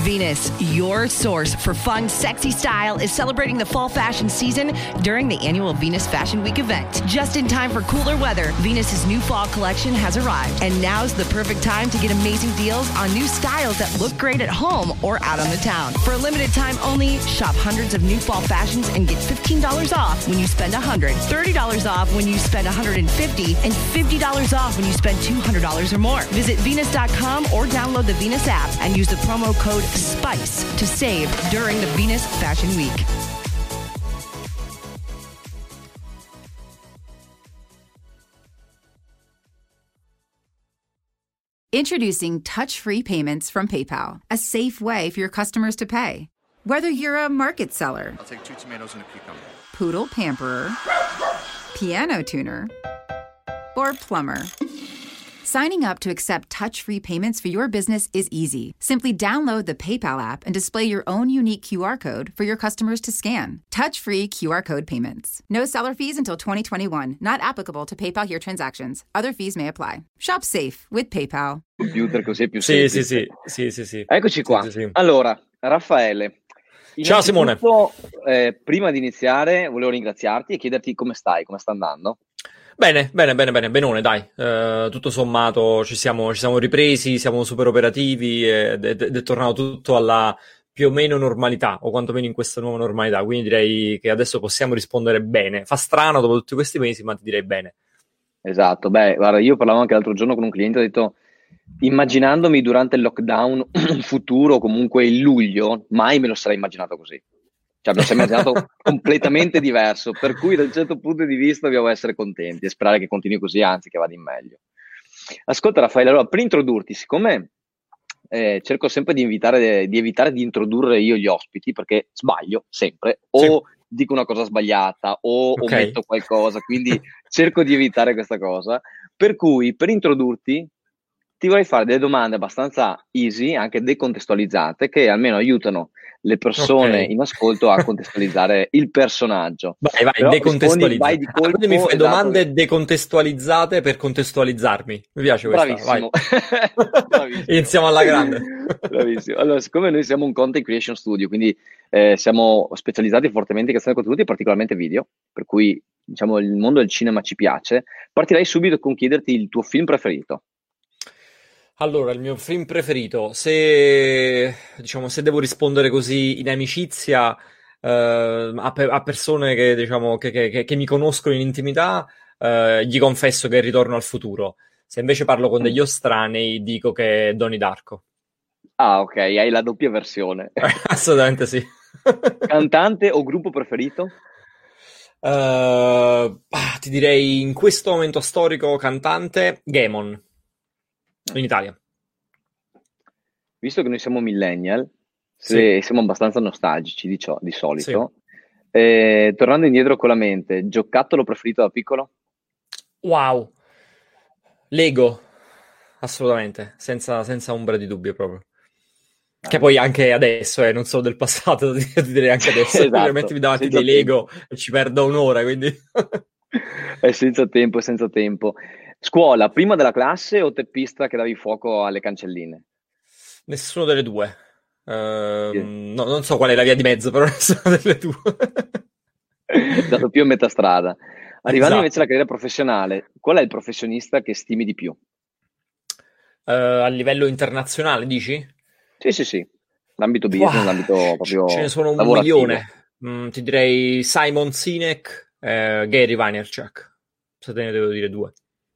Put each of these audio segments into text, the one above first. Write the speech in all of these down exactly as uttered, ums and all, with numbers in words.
Venus, your source for fun, sexy style, is celebrating the fall fashion season during the annual Venus Fashion Week event. Just in time for cooler weather, Venus's new fall collection has arrived, and now's the perfect time to get amazing deals on new styles that look great at home or out on the town. For a limited time only, shop hundreds of new fall fashions and get fifteen dollars off when you spend one hundred dollars, thirty dollars off when you spend one hundred fifty dollars, and fifty dollars off when you spend two hundred dollars or more. Visit Venus dot com or download the Venus app and use the promo code SPICE to save during the Venus Fashion Week. Introducing touch-free payments from PayPal, a safe way for your customers to pay. Whether you're a market seller, I'll take two tomatoes and a cucumber, poodle pamperer, piano tuner, or plumber, signing up to accept touch-free payments for your business is easy. Simply download the PayPal app and display your own unique Q R code for your customers to scan. Touch-free Q R code payments. No seller fees until twenty twenty-one. Not applicable to PayPal Here transactions. Other fees may apply. Shop safe with PayPal. Computer, così è più sì, semplice. sì, sì, sì, sì, sì. Eccoci qua. Sì, sì, sì. Allora, Raffaele. Ciao Simone. Eh, prima di iniziare volevo ringraziarti e chiederti come stai, come sta andando. Bene, bene, bene, bene, benone, dai. Uh, tutto sommato ci siamo, ci siamo ripresi, siamo super operativi ed è, ed è tornato tutto alla più o meno normalità, o quantomeno in questa nuova normalità. Quindi direi che adesso possiamo rispondere bene. Fa strano dopo tutti questi mesi, ma ti direi bene. Esatto, beh, guarda, io parlavo anche l'altro giorno con un cliente, ho detto, immaginandomi durante il lockdown un futuro, comunque il luglio, mai me lo sarei immaginato così. Cioè, me lo sarei immaginato completamente diverso, per cui da un certo punto di vista dobbiamo essere contenti e sperare che continui così, anzi che vada in meglio. Ascolta Raffaele, allora per introdurti, siccome eh, cerco sempre di, invitare, di evitare di introdurre io gli ospiti, perché sbaglio sempre, o sì. dico una cosa sbagliata, o okay. ometto qualcosa, quindi cerco di evitare questa cosa, per cui per introdurti ti vorrei fare delle domande abbastanza easy, anche decontestualizzate, che almeno aiutano le persone okay. in ascolto a contestualizzare il personaggio. Vai, vai, Però decontestualizza. Vai di colpo, ah, mi fai esatto. domande decontestualizzate per contestualizzarmi. Mi piace questa. Bravissimo. Vai. Bravissimo. Iniziamo alla grande. Bravissimo. Allora, siccome noi siamo un content creation studio, quindi eh, siamo specializzati fortemente in creazione di contenuti, particolarmente video, per cui diciamo il mondo del cinema ci piace, partirei subito con chiederti il tuo film preferito. Allora, il mio film preferito, se diciamo se devo rispondere così in amicizia eh, a, pe- a persone che diciamo che, che, che mi conoscono in intimità, eh, gli confesso che è Ritorno al futuro. Se invece parlo con degli estranei, dico che è Donnie Darko. Ah, ok, hai la doppia versione. Assolutamente sì. Cantante o gruppo preferito? Uh, ah, ti direi in questo momento storico cantante Gaemon. In Italia. Visto che noi siamo millennial, se sì. siamo abbastanza nostalgici di, ciò, di solito, sì. eh, tornando indietro con la mente, giocattolo preferito da piccolo? Wow, Lego, assolutamente, senza, senza ombra di dubbio proprio. Ah, che poi anche adesso, eh, non solo del passato, ti direi anche adesso, esatto. Ovviamente mi davanti dei Lego e ci perdo un'ora, quindi... È senza tempo, è senza tempo. Scuola, prima della classe o teppista che davi fuoco alle cancelline? Nessuno delle due. Uh, yeah. no, non so qual è la via di mezzo, però nessuna delle due. Dato più a metà strada. Arrivando esatto. invece alla carriera professionale, qual è il professionista che stimi di più? Uh, a livello internazionale, dici? Sì, sì, sì. L'ambito business, wow. l'ambito proprio ce ne sono un lavorativo. milione. Mm, ti direi Simon Sinek e Gary Vaynerchuk. Se te ne devo dire due.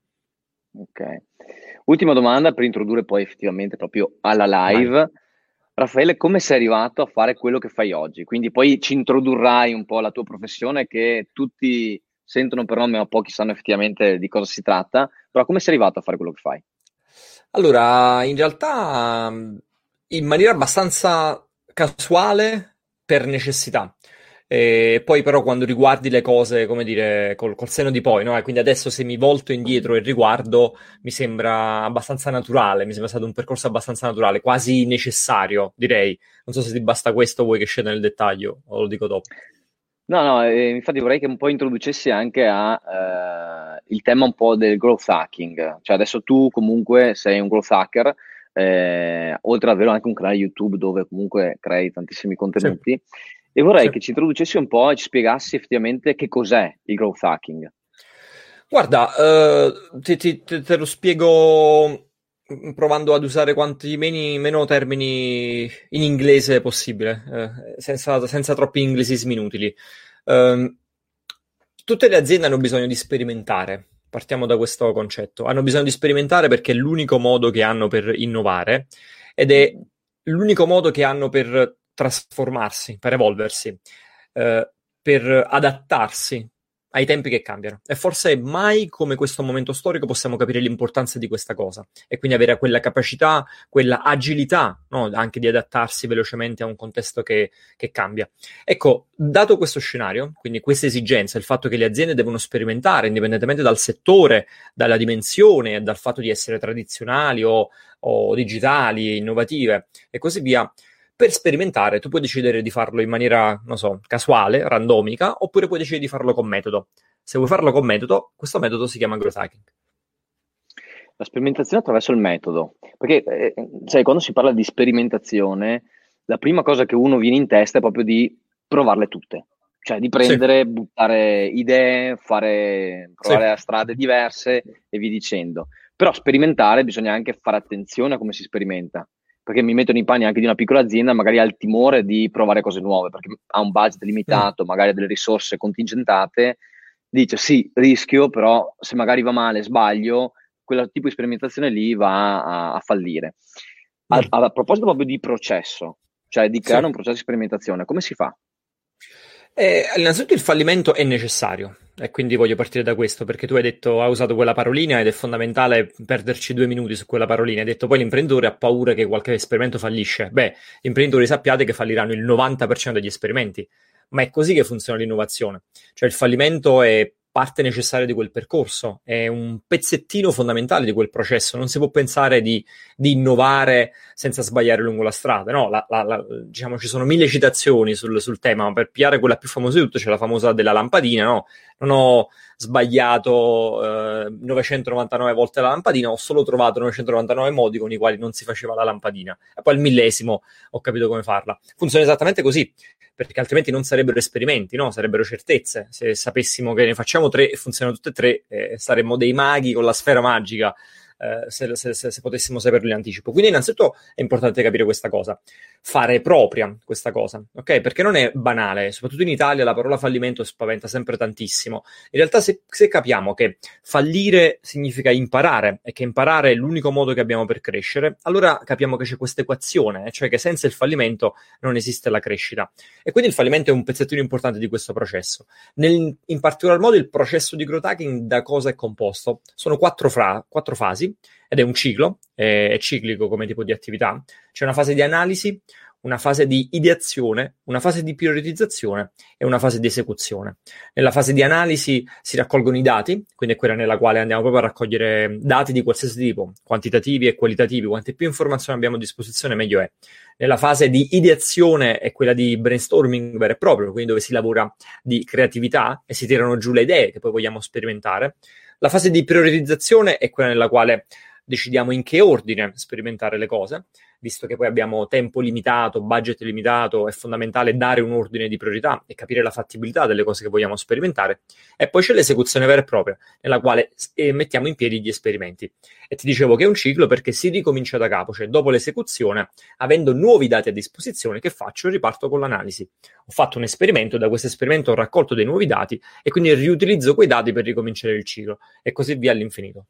Ok. Ultima domanda per introdurre poi effettivamente proprio alla live. Vai. Raffaele, come sei arrivato a fare quello che fai oggi? Quindi poi ci introdurrai un po' la tua professione che tutti sentono per nome ma pochi sanno effettivamente di cosa si tratta, però come sei arrivato a fare quello che fai? Allora, in realtà in maniera abbastanza casuale per necessità. E poi però quando riguardi le cose, come dire, col, col senno di poi, no? E quindi adesso se mi volto indietro e riguardo mi sembra abbastanza naturale, mi sembra stato un percorso abbastanza naturale, quasi necessario, direi. Non so se ti basta questo, vuoi che scenda nel dettaglio o lo dico dopo. No, no, eh, infatti vorrei che un po' introducessi anche a eh, il tema un po' del growth hacking. Cioè adesso tu comunque sei un growth hacker, eh, oltre ad avere anche un canale YouTube dove comunque crei tantissimi contenuti, Sì. e vorrei Sì. che ci introducessi un po' e ci spiegassi effettivamente che cos'è il growth hacking. Guarda, eh, ti- ti- te, te lo spiego provando ad usare quanti meni- meno termini in inglese possibile, eh, senza, senza troppi inglesismi inutili. Ehm, tutte le aziende hanno bisogno di sperimentare. Partiamo da questo concetto. Hanno bisogno di sperimentare perché è l'unico modo che hanno per innovare ed è l'unico modo che hanno per trasformarsi, per evolversi, eh, per adattarsi ai tempi che cambiano. E forse mai come questo momento storico possiamo capire l'importanza di questa cosa e quindi avere quella capacità, quella agilità, no? Anche di adattarsi velocemente a un contesto che, che cambia. Ecco, dato questo scenario, quindi questa esigenza, il fatto che le aziende devono sperimentare, indipendentemente dal settore, dalla dimensione, dal fatto di essere tradizionali o, o digitali, innovative e così via, per sperimentare tu puoi decidere di farlo in maniera, non so, casuale, randomica, oppure puoi decidere di farlo con metodo. Se vuoi farlo con metodo, questo metodo si chiama growth hacking. La sperimentazione attraverso il metodo, perché eh, sai, quando si parla di sperimentazione, la prima cosa che uno viene in testa è proprio di provarle tutte, cioè di prendere, sì. buttare idee, fare, provare Sì. a strade diverse e via dicendo. Però sperimentare bisogna anche fare attenzione a come si sperimenta, perché mi metto nei panni anche di una piccola azienda, magari ha il timore di provare cose nuove, perché ha un budget limitato, mm. magari ha delle risorse contingentate, dice sì, rischio, però se magari va male, sbaglio, quel tipo di sperimentazione lì va a, a fallire. A, mm. a, a proposito proprio di processo, cioè di creare sì. un processo di sperimentazione, come si fa? Eh, innanzitutto il fallimento è necessario e quindi voglio partire da questo perché tu hai detto, hai usato quella parolina ed è fondamentale perderci due minuti su quella parolina. Hai detto poi l'imprenditore ha paura che qualche esperimento fallisce. Beh, gli imprenditori sappiate che falliranno il novanta per cento degli esperimenti, ma è così che funziona l'innovazione. Cioè il fallimento è parte necessaria di quel percorso, è un pezzettino fondamentale di quel processo. Non si può pensare di, di innovare senza sbagliare lungo la strada, no? La, la, la, diciamo, ci sono mille citazioni sul, sul tema, ma per piare quella più famosa di tutte c'è la famosa della lampadina, no? Non ho sbagliato eh, novecentonovantanove volte la lampadina, ho solo trovato novecentonovantanove modi con i quali non si faceva la lampadina. E poi al millesimo ho capito come farla. Funziona esattamente così, perché altrimenti non sarebbero esperimenti, no? Sarebbero certezze. Se sapessimo che ne facciamo tre e funzionano tutte e tre, eh, saremmo dei maghi con la sfera magica, eh, se, se, se, se potessimo saperlo in anticipo. Quindi innanzitutto è importante capire questa cosa, fare propria questa cosa, ok? Perché non è banale, soprattutto in Italia la parola fallimento spaventa sempre tantissimo. In realtà se, se capiamo che fallire significa imparare e che imparare è l'unico modo che abbiamo per crescere, allora capiamo che c'è questa equazione, cioè che senza il fallimento non esiste la crescita. E quindi il fallimento è un pezzettino importante di questo processo. Nel, in particolar modo il processo di growth hacking da cosa è composto? Sono quattro, fra, quattro fasi ed è un ciclo, è, è ciclico come tipo di attività. C'è una fase di analisi, una fase di ideazione, una fase di prioritizzazione e una fase di esecuzione. Nella fase di analisi si raccolgono i dati, quindi è quella nella quale andiamo proprio a raccogliere dati di qualsiasi tipo, quantitativi e qualitativi. Quante più informazioni abbiamo a disposizione, meglio è. Nella fase di ideazione è quella di brainstorming vero e proprio, quindi dove si lavora di creatività e si tirano giù le idee che poi vogliamo sperimentare. La fase di prioritizzazione è quella nella quale decidiamo in che ordine sperimentare le cose, visto che poi abbiamo tempo limitato, budget limitato, è fondamentale dare un ordine di priorità e capire la fattibilità delle cose che vogliamo sperimentare. E poi c'è l'esecuzione vera e propria, nella quale eh, mettiamo in piedi gli esperimenti. E ti dicevo che è un ciclo perché si ricomincia da capo, cioè dopo l'esecuzione, avendo nuovi dati a disposizione, che faccio? Riparto con l'analisi. Ho fatto un esperimento, da questo esperimento ho raccolto dei nuovi dati e quindi riutilizzo quei dati per ricominciare il ciclo e così via all'infinito.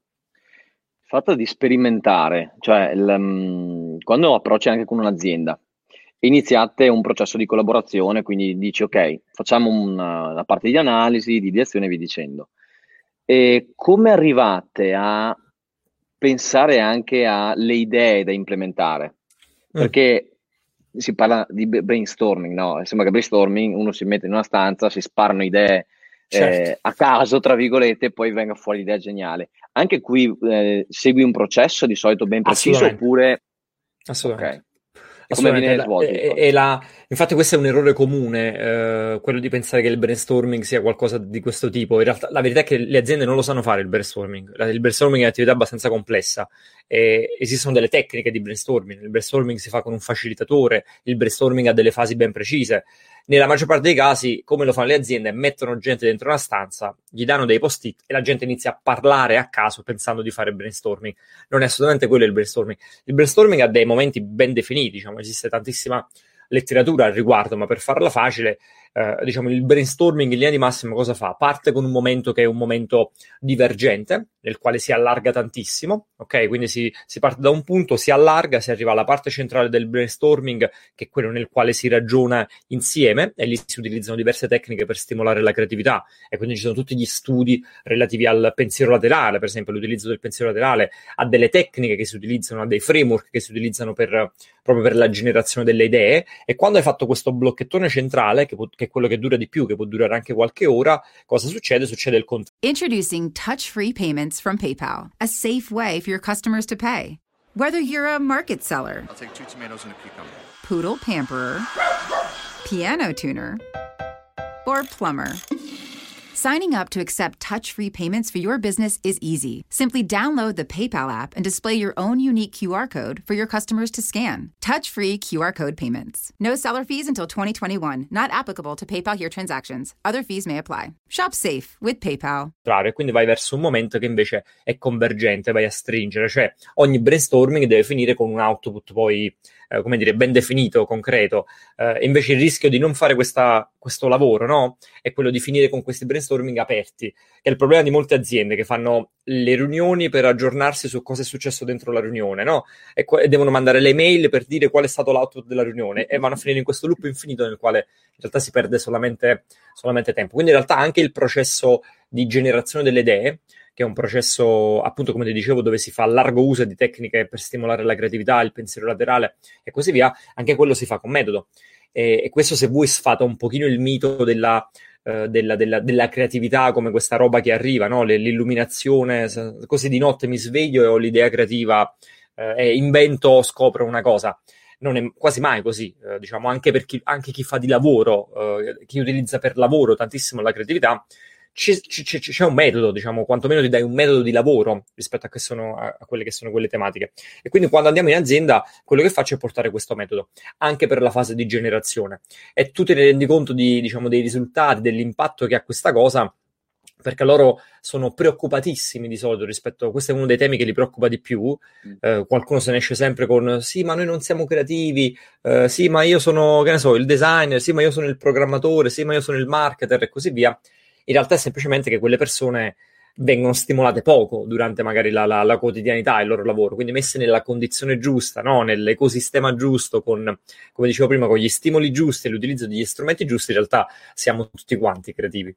Il fatto di sperimentare, cioè il, um, quando approcci anche con un'azienda, iniziate un processo di collaborazione, quindi dici ok, facciamo una, una parte di analisi, di ideazione e via dicendo. E come arrivate a pensare anche alle idee da implementare? Perché mm. si parla di brainstorming, no? Sembra che brainstorming uno si mette in una stanza, si sparano idee certo. eh, a caso, tra virgolette, e poi venga fuori l'idea geniale. Anche qui eh, segui un processo di solito ben preciso oppure... Assolutamente. Okay. E come viene svolto? E, e la... Infatti questo è un errore comune, eh, quello di pensare che il brainstorming sia qualcosa di questo tipo. In realtà la verità è che le aziende non lo sanno fare il brainstorming. Il brainstorming è un'attività abbastanza complessa E esistono delle tecniche di brainstorming. Il brainstorming si fa con un facilitatore, il brainstorming ha delle fasi ben precise. Nella maggior parte dei casi, come lo fanno le aziende, mettono gente dentro una stanza, gli danno dei post-it e la gente inizia a parlare a caso pensando di fare brainstorming. Non è assolutamente quello il brainstorming. Il brainstorming ha dei momenti ben definiti, diciamo, esiste tantissima letteratura al riguardo, ma per farla facile, eh, diciamo, il brainstorming in linea di massima cosa fa? Parte con un momento che è un momento divergente, nel quale si allarga tantissimo, ok? Quindi si, si parte da un punto, si allarga, si arriva alla parte centrale del brainstorming, che è quello nel quale si ragiona insieme, e lì si utilizzano diverse tecniche per stimolare la creatività, e quindi ci sono tutti gli studi relativi al pensiero laterale, per esempio l'utilizzo del pensiero laterale, a delle tecniche che si utilizzano, a dei framework che si utilizzano per, proprio per la generazione delle idee. E quando hai fatto questo blocchettone centrale, che, può, che è quello che dura di più, che può durare anche qualche ora, cosa succede? Succede il contrario. Introducing touch-free payments from PayPal, a safe way for your customers to pay. Whether you're a market seller, I'll take two tomatoes and a cucumber. poodle pamperer, piano tuner, or plumber, signing up to accept touch-free payments for your business is easy. Simply download the PayPal app and display your own unique Q R code for your customers to scan. Touch-free Q R code payments. No seller fees until twenty twenty-one. Not applicable to PayPal here transactions. Other fees may apply. Shop safe with PayPal. E quindi vai verso un momento che invece è convergente, vai a stringere, cioè ogni brainstorming deve finire con un output poi, eh, come dire, ben definito, concreto. Eh, invece il rischio di non fare questa, questo lavoro, no? È quello di finire con questi brainstorming aperti, che è il problema di molte aziende che fanno le riunioni per aggiornarsi su cosa è successo dentro la riunione, no? E, qu- e devono mandare le mail per dire qual è stato l'output della riunione, e vanno a finire in questo loop infinito nel quale in realtà si perde solamente, solamente tempo. Quindi in realtà anche il processo di generazione delle idee, che è un processo, appunto, come ti dicevo, dove si fa largo uso di tecniche per stimolare la creatività, il pensiero laterale e così via, anche quello si fa con metodo. E, e questo, se vuoi, sfata un pochino il mito della, eh, della, della, della creatività come questa roba che arriva, no? L'illuminazione, così di notte mi sveglio e ho l'idea creativa, eh, e invento, scopro una cosa. Non è quasi mai così, eh, diciamo, anche per chi, anche chi fa di lavoro, eh, chi utilizza per lavoro tantissimo la creatività, c'è, c'è, c'è un metodo, diciamo, quantomeno ti dai un metodo di lavoro rispetto a, che sono, a, a quelle che sono quelle tematiche. E quindi quando andiamo in azienda, quello che faccio è portare questo metodo, anche per la fase di generazione. E tu te ne rendi conto di, diciamo, dei risultati, dell'impatto che ha questa cosa, perché loro sono preoccupatissimi di solito rispetto a questo. È uno dei temi che li preoccupa di più. Eh, qualcuno se ne esce sempre con sì, ma noi non siamo creativi, eh, sì, ma io sono, che ne so, il designer, sì, ma io sono il programmatore, sì, ma io sono il marketer e così via. In realtà è semplicemente che quelle persone vengono stimolate poco durante magari la, la, la quotidianità, il loro lavoro, quindi messe nella condizione giusta, no? Nell'ecosistema giusto, con, come dicevo prima, con gli stimoli giusti e l'utilizzo degli strumenti giusti, in realtà siamo tutti quanti creativi.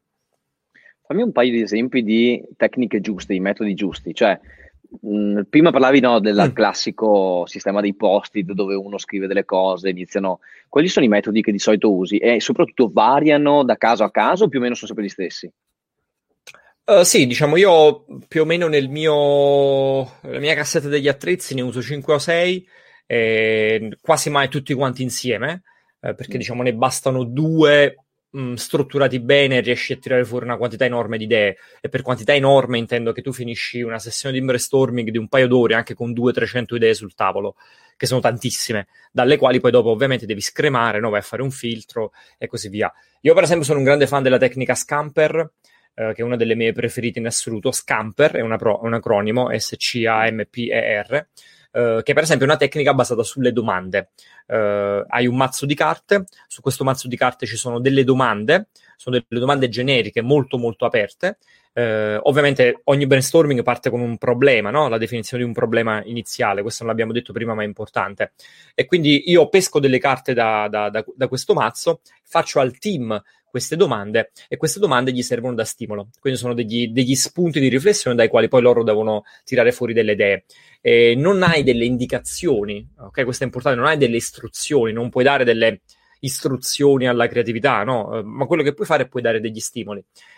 Fammi un paio di esempi di tecniche giuste, di metodi giusti. Cioè, mh, prima parlavi, no, del Mm. classico sistema dei post-it dove uno scrive delle cose, iniziano. Quali sono i metodi che di solito usi? E soprattutto variano da caso a caso o più o meno sono sempre gli stessi? Uh, sì, diciamo, io più o meno nel mio, la mia cassetta degli attrezzi ne uso cinque o sei, eh, quasi mai tutti quanti insieme, eh, perché diciamo ne bastano due mh, strutturati bene, riesci a tirare fuori una quantità enorme di idee. E per quantità enorme intendo che tu finisci una sessione di brainstorming di un paio d'ore anche con duecento trecento idee sul tavolo, che sono tantissime, dalle quali poi dopo ovviamente devi scremare, no? Vai a fare un filtro e così via. Io per esempio sono un grande fan della tecnica Scamper, eh, che è una delle mie preferite in assoluto. Scamper è una pro- un acronimo, S C A M P E R, Uh, che per esempio è una tecnica basata sulle domande. Uh, hai un mazzo di carte, su questo mazzo di carte ci sono delle domande, sono delle domande generiche molto molto aperte. Uh, ovviamente ogni brainstorming parte con un problema, no? La definizione di un problema iniziale, questo non l'abbiamo detto prima ma è importante. E quindi io pesco delle carte da, da, da, da questo mazzo, faccio al team queste domande e queste domande gli servono da stimolo, quindi sono degli, degli spunti di riflessione dai quali poi loro devono tirare fuori delle idee. E non hai delle indicazioni, ok? Questo è importante, non hai delle istruzioni, non puoi dare delle istruzioni alla creatività, no? Ma quello che puoi fare è puoi dare degli stimoli.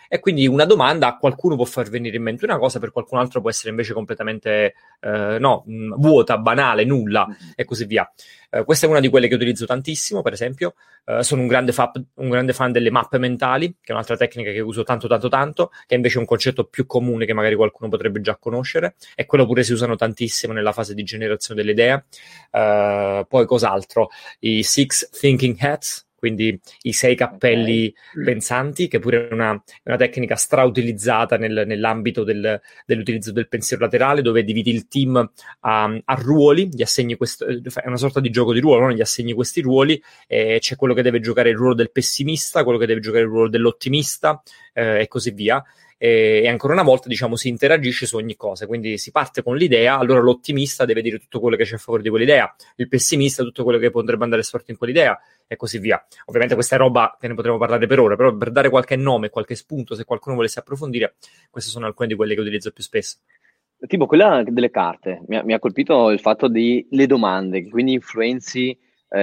E quindi una domanda a qualcuno può far venire in mente una cosa, per qualcun altro può essere invece completamente eh, no, mh, vuota, banale, nulla, e così via. Uh, questa è una di quelle che utilizzo tantissimo, per esempio. Uh, sono un grande, fa- un grande fan delle mappe mentali, che è un'altra tecnica che uso tanto tanto tanto, che invece è un concetto più comune che magari qualcuno potrebbe già conoscere, e quello pure si usano tantissimo nella fase di generazione delle idee. Uh, poi cos'altro? I Six Thinking Hats, quindi i sei cappelli okay. pensanti, che pure è una, una tecnica strautilizzata nel, nell'ambito del, dell'utilizzo del pensiero laterale, dove dividi il team a, a ruoli, gli assegni questo, è una sorta di gioco di ruolo, no? Gli assegni questi ruoli, e c'è quello che deve giocare il ruolo del pessimista, quello che deve giocare il ruolo dell'ottimista, eh, e così via. E ancora una volta, diciamo, si interagisce su ogni cosa, quindi si parte con l'idea, allora l'ottimista deve dire tutto quello che c'è a favore di quell'idea, il pessimista tutto quello che potrebbe andare storto in quell'idea, e così via. Ovviamente questa è roba che ne potremo parlare per ore, però per dare qualche nome, qualche spunto, se qualcuno volesse approfondire, queste sono alcune di quelle che utilizzo più spesso. Tipo quella delle carte, mi ha, mi ha colpito il fatto di le domande, che quindi influenzi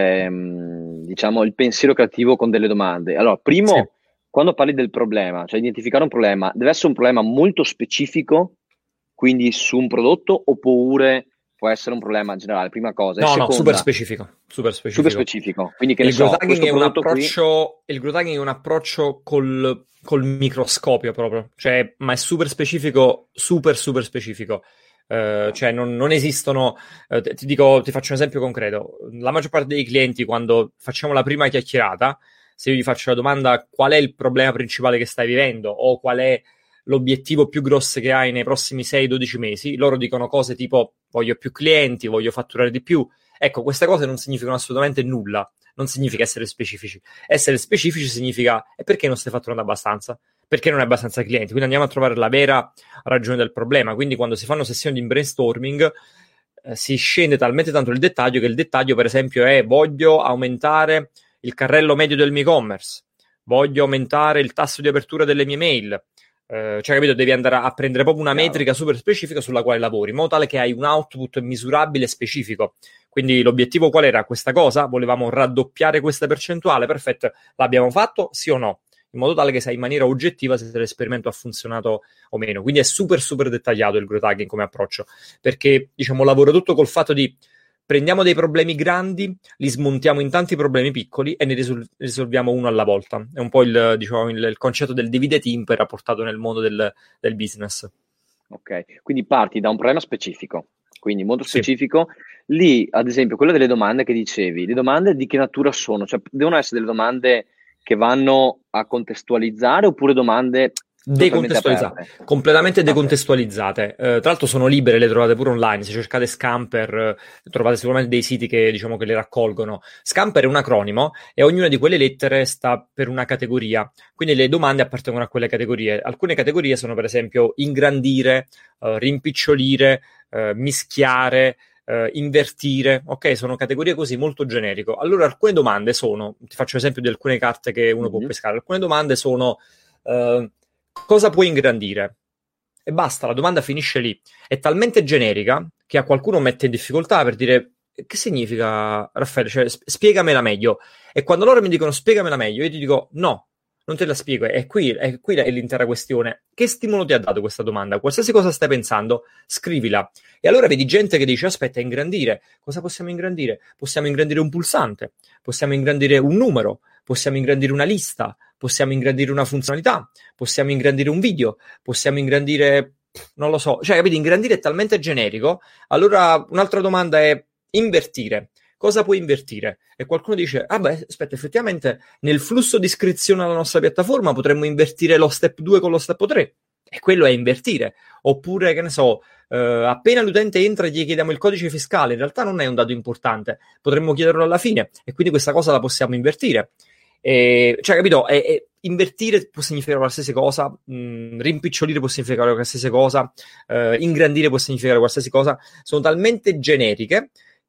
ehm, diciamo il pensiero creativo con delle domande. Allora, primo, sì. Quando parli del problema, cioè identificare un problema, deve essere un problema molto specifico, quindi su un prodotto, oppure può essere un problema generale? Prima cosa. No, seconda, no, super specifico. Super specifico. Super specifico. Quindi che il ne so, growth hacking è un approccio, qui... il growth hacking è un approccio col, col microscopio proprio, cioè, ma è super specifico, super super specifico. Uh, cioè non, non esistono, uh, ti dico, ti faccio un esempio concreto. La maggior parte dei clienti, quando facciamo la prima chiacchierata, se io gli faccio la domanda qual è il problema principale che stai vivendo o qual è l'obiettivo più grosso che hai nei prossimi sei dodici mesi, loro dicono cose tipo voglio più clienti, voglio fatturare di più. Ecco, queste cose non significano assolutamente nulla, non significa essere specifici. Essere specifici significa e perché non stai fatturando abbastanza? Perché non hai abbastanza clienti? Quindi andiamo a trovare la vera ragione del problema. Quindi quando si fanno sessioni di brainstorming eh, si scende talmente tanto nel dettaglio che il dettaglio, per esempio, è voglio aumentare il carrello medio del mio e-commerce, voglio aumentare il tasso di apertura delle mie mail, eh, cioè capito, devi andare a prendere proprio una metrica super specifica sulla quale lavori, in modo tale che hai un output misurabile e specifico. Quindi l'obiettivo qual era? Questa cosa? Volevamo raddoppiare questa percentuale? Perfetto, l'abbiamo fatto? Sì o no? In modo tale che sai in maniera oggettiva se l'esperimento ha funzionato o meno. Quindi è super super dettagliato il growth hacking come approccio, perché diciamo lavora tutto col fatto di prendiamo dei problemi grandi, li smontiamo in tanti problemi piccoli e ne risol- risolviamo uno alla volta. È un po' il, diciamo, il, il concetto del divide et impera portato nel mondo del, del business. Ok, quindi parti da un problema specifico, quindi molto specifico. Sì. Lì, ad esempio, quella delle domande che dicevi, le domande di che natura sono? Cioè, devono essere delle domande che vanno a contestualizzare oppure domande... Decontestualizzate, completamente decontestualizzate. Uh, tra l'altro sono libere, le trovate pure online. Se cercate Scamper, uh, trovate sicuramente dei siti che diciamo che le raccolgono. Scamper è un acronimo e ognuna di quelle lettere sta per una categoria. Quindi le domande appartengono a quelle categorie. Alcune categorie sono, per esempio, ingrandire, uh, rimpicciolire, uh, mischiare, uh, invertire. Ok, sono categorie così molto generico. Allora, alcune domande sono, ti faccio esempio di alcune carte che uno mm-hmm. può pescare. Alcune domande sono uh, cosa puoi ingrandire? E basta, la domanda finisce lì. È talmente generica che a qualcuno mette in difficoltà per dire che significa, Raffaele? Cioè, spiegamela meglio. E quando loro mi dicono spiegamela meglio, io ti dico no, non te la spiego. E qui, è qui è l'intera questione. Che stimolo ti ha dato questa domanda? Qualsiasi cosa stai pensando, scrivila. E allora vedi gente che dice aspetta, ingrandire. Cosa possiamo ingrandire? Possiamo ingrandire un pulsante, possiamo ingrandire un numero, possiamo ingrandire una lista, possiamo ingrandire una funzionalità, possiamo ingrandire un video, possiamo ingrandire, non lo so, cioè capite, ingrandire è talmente generico. Allora un'altra domanda è invertire. Cosa puoi invertire? E qualcuno dice, ah beh, aspetta, effettivamente nel flusso di iscrizione alla nostra piattaforma potremmo invertire lo step due con lo step tre. E quello è invertire. Oppure, che ne so, eh, appena l'utente entra gli chiediamo il codice fiscale, in realtà non è un dato importante, potremmo chiederlo alla fine, e quindi questa cosa la possiamo invertire. E, cioè, capito? E, e, invertire può significare qualsiasi cosa, mh, rimpicciolire può significare qualsiasi cosa, eh, ingrandire può significare qualsiasi cosa. Sono talmente generiche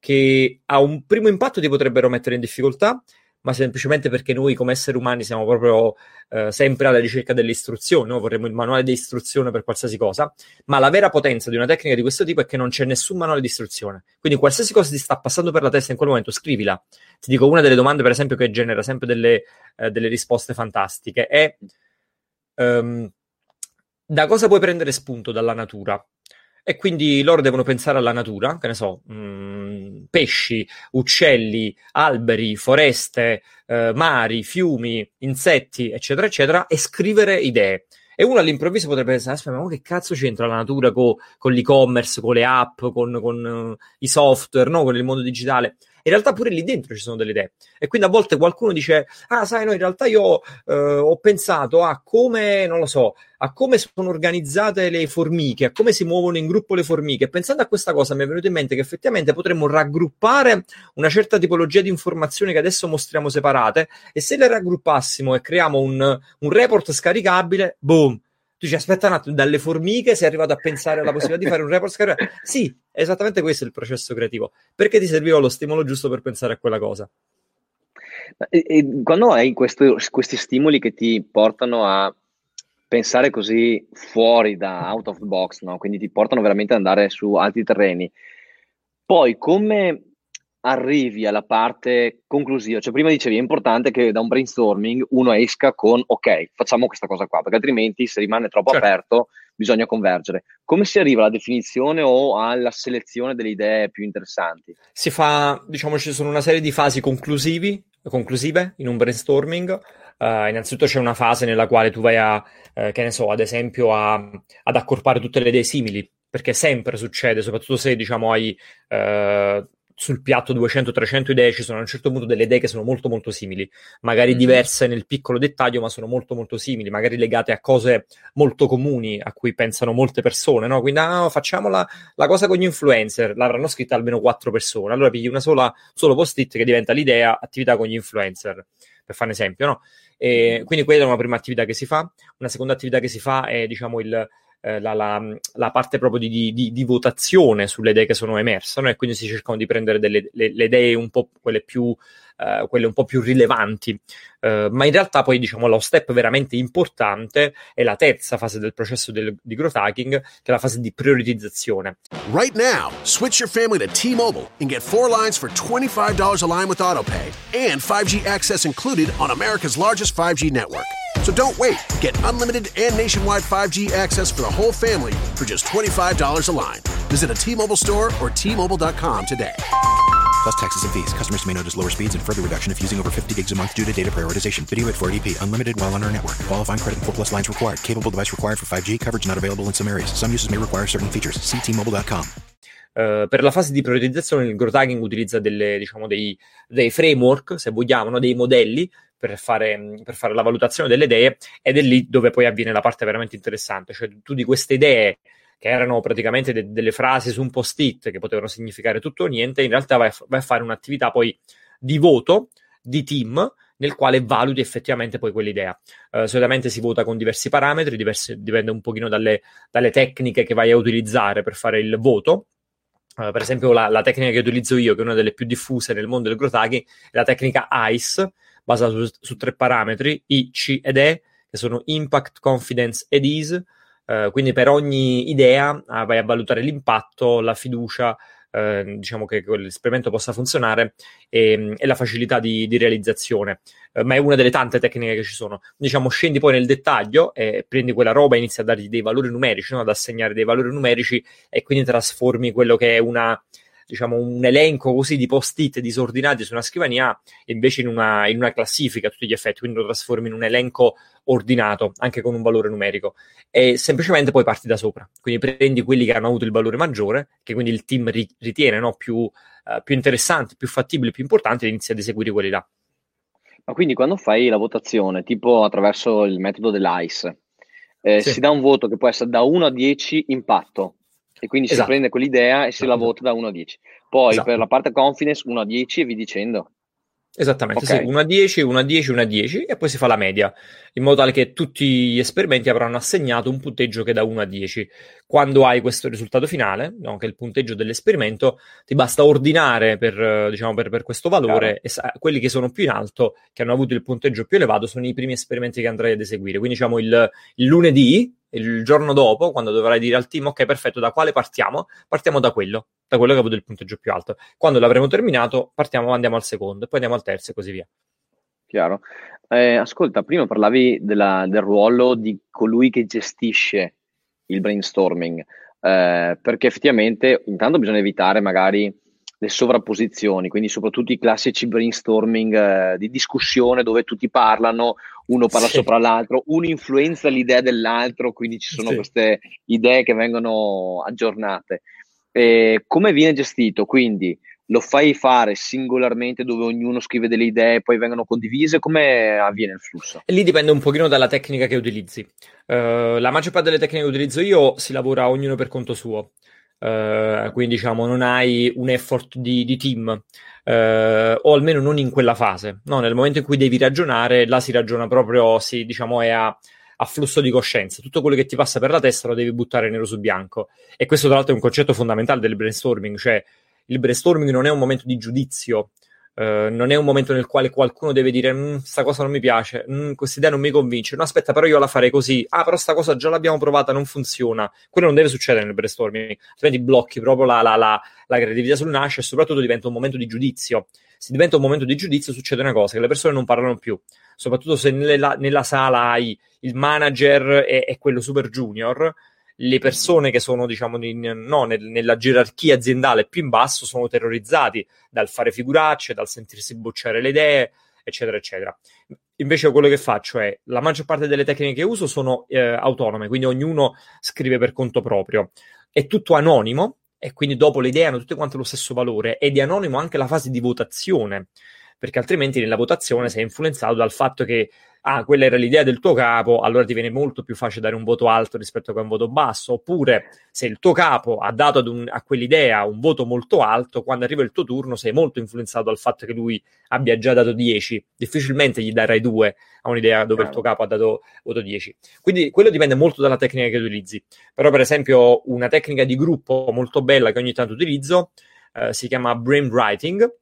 che a un primo impatto ti potrebbero mettere in difficoltà, ma semplicemente perché noi come esseri umani siamo proprio eh, sempre alla ricerca delle istruzioni, no? Vorremmo il manuale di istruzione per qualsiasi cosa, ma la vera potenza di una tecnica di questo tipo è che non c'è nessun manuale di istruzione. Quindi qualsiasi cosa ti sta passando per la testa in quel momento, scrivila. Ti dico una delle domande, per esempio, che genera sempre delle, eh, delle risposte fantastiche è um, da cosa puoi prendere spunto? Dalla natura. E quindi loro devono pensare alla natura, che ne so, mh, pesci, uccelli, alberi, foreste, eh, mari, fiumi, insetti, eccetera, eccetera, e scrivere idee. E uno all'improvviso potrebbe pensare, aspetta, ma che cazzo c'entra la natura co- con l'e-commerce, con le app, con, con uh, i software, no? Con il mondo digitale? In realtà pure lì dentro ci sono delle idee. E quindi a volte qualcuno dice, ah, sai, no, in realtà io eh, ho pensato a come, non lo so, a come sono organizzate le formiche, a come si muovono in gruppo le formiche. Pensando a questa cosa mi è venuto in mente che effettivamente potremmo raggruppare una certa tipologia di informazioni che adesso mostriamo separate, e se le raggruppassimo e creiamo un, un report scaricabile, boom! Tu dici, aspetta un attimo, dalle formiche sei arrivato a pensare alla possibilità di fare un report scaricabile? Sì, esattamente questo è il processo creativo. Perché ti serviva lo stimolo giusto per pensare a quella cosa. E, e quando hai questo, questi stimoli che ti portano a pensare così fuori da out of the box, no? Quindi ti portano veramente ad andare su altri terreni, poi come arrivi alla parte conclusiva? Cioè prima dicevi è importante che da un brainstorming uno esca con ok, facciamo questa cosa qua, perché altrimenti se rimane troppo Certo. aperto bisogna convergere. Come si arriva alla definizione o alla selezione delle idee più interessanti? Si fa, diciamo, ci sono una serie di fasi conclusivi, conclusive in un brainstorming. Uh, innanzitutto c'è una fase nella quale tu vai a, eh, che ne so, ad esempio a, ad accorpare tutte le idee simili, perché sempre succede, soprattutto se, diciamo, hai uh, sul piatto duecento trecento idee, ci sono a un certo punto delle idee che sono molto molto simili, magari mm-hmm. diverse nel piccolo dettaglio, ma sono molto molto simili, magari legate a cose molto comuni a cui pensano molte persone, no? Quindi ah, facciamo la, la cosa con gli influencer, l'avranno scritta almeno quattro persone, allora pigli una sola solo post-it che diventa l'idea attività con gli influencer, per fare un esempio, no? E quindi quella è una prima attività che si fa. Una seconda attività che si fa è, diciamo, il, eh, la, la, la parte proprio di, di, di votazione sulle idee che sono emerse, no? E quindi si cercano di prendere delle le, le idee un po' quelle più Uh, quelle un po' più rilevanti, uh, ma in realtà poi, diciamo, lo step veramente importante è la terza fase del processo del, di growth hacking, che è la fase di prioritizzazione. Right now, switch your family to T-Mobile and get four lines for twenty-five dollars a line with AutoPay and five G access included on America's largest five G network. So don't wait. Get unlimited and nationwide five G access for the whole family for just twenty-five dollars a line. Visit a T-Mobile store or T Mobile dot com today. Plus taxes and fees. Customers may notice lower speeds and further reduction if using over fifty gigs a month due to data prioritization. Video at four eighty p. Unlimited while on our network. Qualifying credit and four plus lines required. Capable device required for five G. Coverage not available in some areas. Some uses may require certain features. See T Mobile dot com. Uh, per la fase di priorizzazione il growth hacking utilizza delle, diciamo, dei, dei framework, se vogliamo, no? Dei modelli per fare, per fare la valutazione delle idee, ed è lì dove poi avviene la parte veramente interessante. Cioè tu di queste idee, che erano praticamente de- delle frasi su un post-it che potevano significare tutto o niente, in realtà vai a, f- vai a fare un'attività poi di voto, di team, nel quale valuti effettivamente poi quell'idea. Uh, solitamente si vota con diversi parametri, diversi, dipende un pochino dalle, dalle tecniche che vai a utilizzare per fare il voto. Uh, per esempio la, la tecnica che utilizzo io, che è una delle più diffuse nel mondo del growth hacking, è la tecnica I C E, basata su, su tre parametri, I, C ed E, che sono Impact, Confidence ed Ease. Uh, quindi per ogni idea uh, vai a valutare l'impatto, la fiducia, uh, diciamo che l'esperimento possa funzionare, e, e la facilità di, di realizzazione. Uh, ma è una delle tante tecniche che ci sono. Diciamo, scendi poi nel dettaglio e prendi quella roba e inizi a dargli dei valori numerici, no? Ad assegnare dei valori numerici, e quindi trasformi quello che è una, diciamo, un elenco così di post-it disordinati su una scrivania invece in una, in una classifica a tutti gli effetti, quindi lo trasformi in un elenco ordinato anche con un valore numerico, e semplicemente poi parti da sopra, quindi prendi quelli che hanno avuto il valore maggiore, che quindi il team ri- ritiene, no, più, uh, più interessanti, più fattibili, più importanti, e inizi ad eseguire quelli là. Ma quindi quando fai la votazione, tipo attraverso il metodo dell'I C E, eh, Sì. si dà un voto che può essere da uno a dieci impatto, e quindi Esatto. si prende quell'idea e si la Esatto. vota da uno a dieci. Poi Esatto. per la parte confidence uno a dieci e vi dicendo. Esattamente, Okay. sì, uno a dieci, uno a dieci, uno a dieci, e poi si fa la media, in modo tale che tutti gli esperimenti avranno assegnato un punteggio che è da uno a dieci. Quando hai questo risultato finale, no, che è il punteggio dell'esperimento, ti basta ordinare per, diciamo, per, per questo valore, e sa- quelli che sono più in alto, che hanno avuto il punteggio più elevato, sono i primi esperimenti che andrai ad eseguire. Quindi, diciamo, il, il lunedì, il giorno dopo, quando dovrai dire al team, ok, perfetto, da quale partiamo? Partiamo da quello, da quello che ha avuto il punteggio più alto. Quando l'avremo terminato, partiamo, andiamo al secondo, e poi andiamo al terzo, e così via. Chiaro. Eh, ascolta, prima parlavi della- del ruolo di colui che gestisce il brainstorming, eh, perché effettivamente intanto bisogna evitare magari le sovrapposizioni, quindi soprattutto i classici brainstorming, eh, di discussione dove tutti parlano, uno parla Sì, sopra l'altro, uno influenza l'idea dell'altro, quindi ci sono sì. queste idee che vengono aggiornate. Eh, come viene gestito? Quindi lo fai fare singolarmente dove ognuno scrive delle idee e poi vengono condivise? Come avviene il flusso? E lì dipende un pochino dalla tecnica che utilizzi. Eh, la maggior parte delle tecniche che utilizzo io si lavora ognuno per conto suo. Eh, quindi diciamo non hai un effort di, di team, eh, o almeno non in quella fase. No, nel momento in cui devi ragionare, là si ragiona proprio, si, diciamo, è a, a flusso di coscienza. Tutto quello che ti passa per la testa lo devi buttare nero su bianco. E questo tra l'altro è un concetto fondamentale del brainstorming, cioè il brainstorming non è un momento di giudizio. Uh, non è un momento nel quale qualcuno deve dire questa cosa non mi piace, questa idea non mi convince, no aspetta però io la farei così, ah però sta cosa già l'abbiamo provata, non funziona. Quello non deve succedere nel brainstorming, altrimenti blocchi proprio la, la, la, la creatività sul nascere e soprattutto diventa un momento di giudizio. Se diventa un momento di giudizio succede una cosa, che le persone non parlano più, soprattutto se nella, nella sala hai il manager e, e quello super junior. Le persone che sono, diciamo, in, no, nel, nella gerarchia aziendale più in basso sono terrorizzati dal fare figuracce, dal sentirsi bocciare le idee, eccetera, eccetera. Invece quello che faccio è, la maggior parte delle tecniche che uso sono eh, autonome, quindi ognuno scrive per conto proprio. È tutto anonimo e quindi dopo le idee hanno tutte quante lo stesso valore ed è anonimo anche la fase di votazione, perché altrimenti nella votazione sei influenzato dal fatto che ah, quella era l'idea del tuo capo, allora ti viene molto più facile dare un voto alto rispetto a un voto basso, oppure se il tuo capo ha dato ad un, a quell'idea un voto molto alto, quando arriva il tuo turno sei molto influenzato dal fatto che lui abbia già dato dieci, difficilmente gli darai due a un'idea dove il tuo capo ha dato voto dieci. Quindi quello dipende molto dalla tecnica che utilizzi. Però per esempio una tecnica di gruppo molto bella che ogni tanto utilizzo eh, si chiama brainwriting.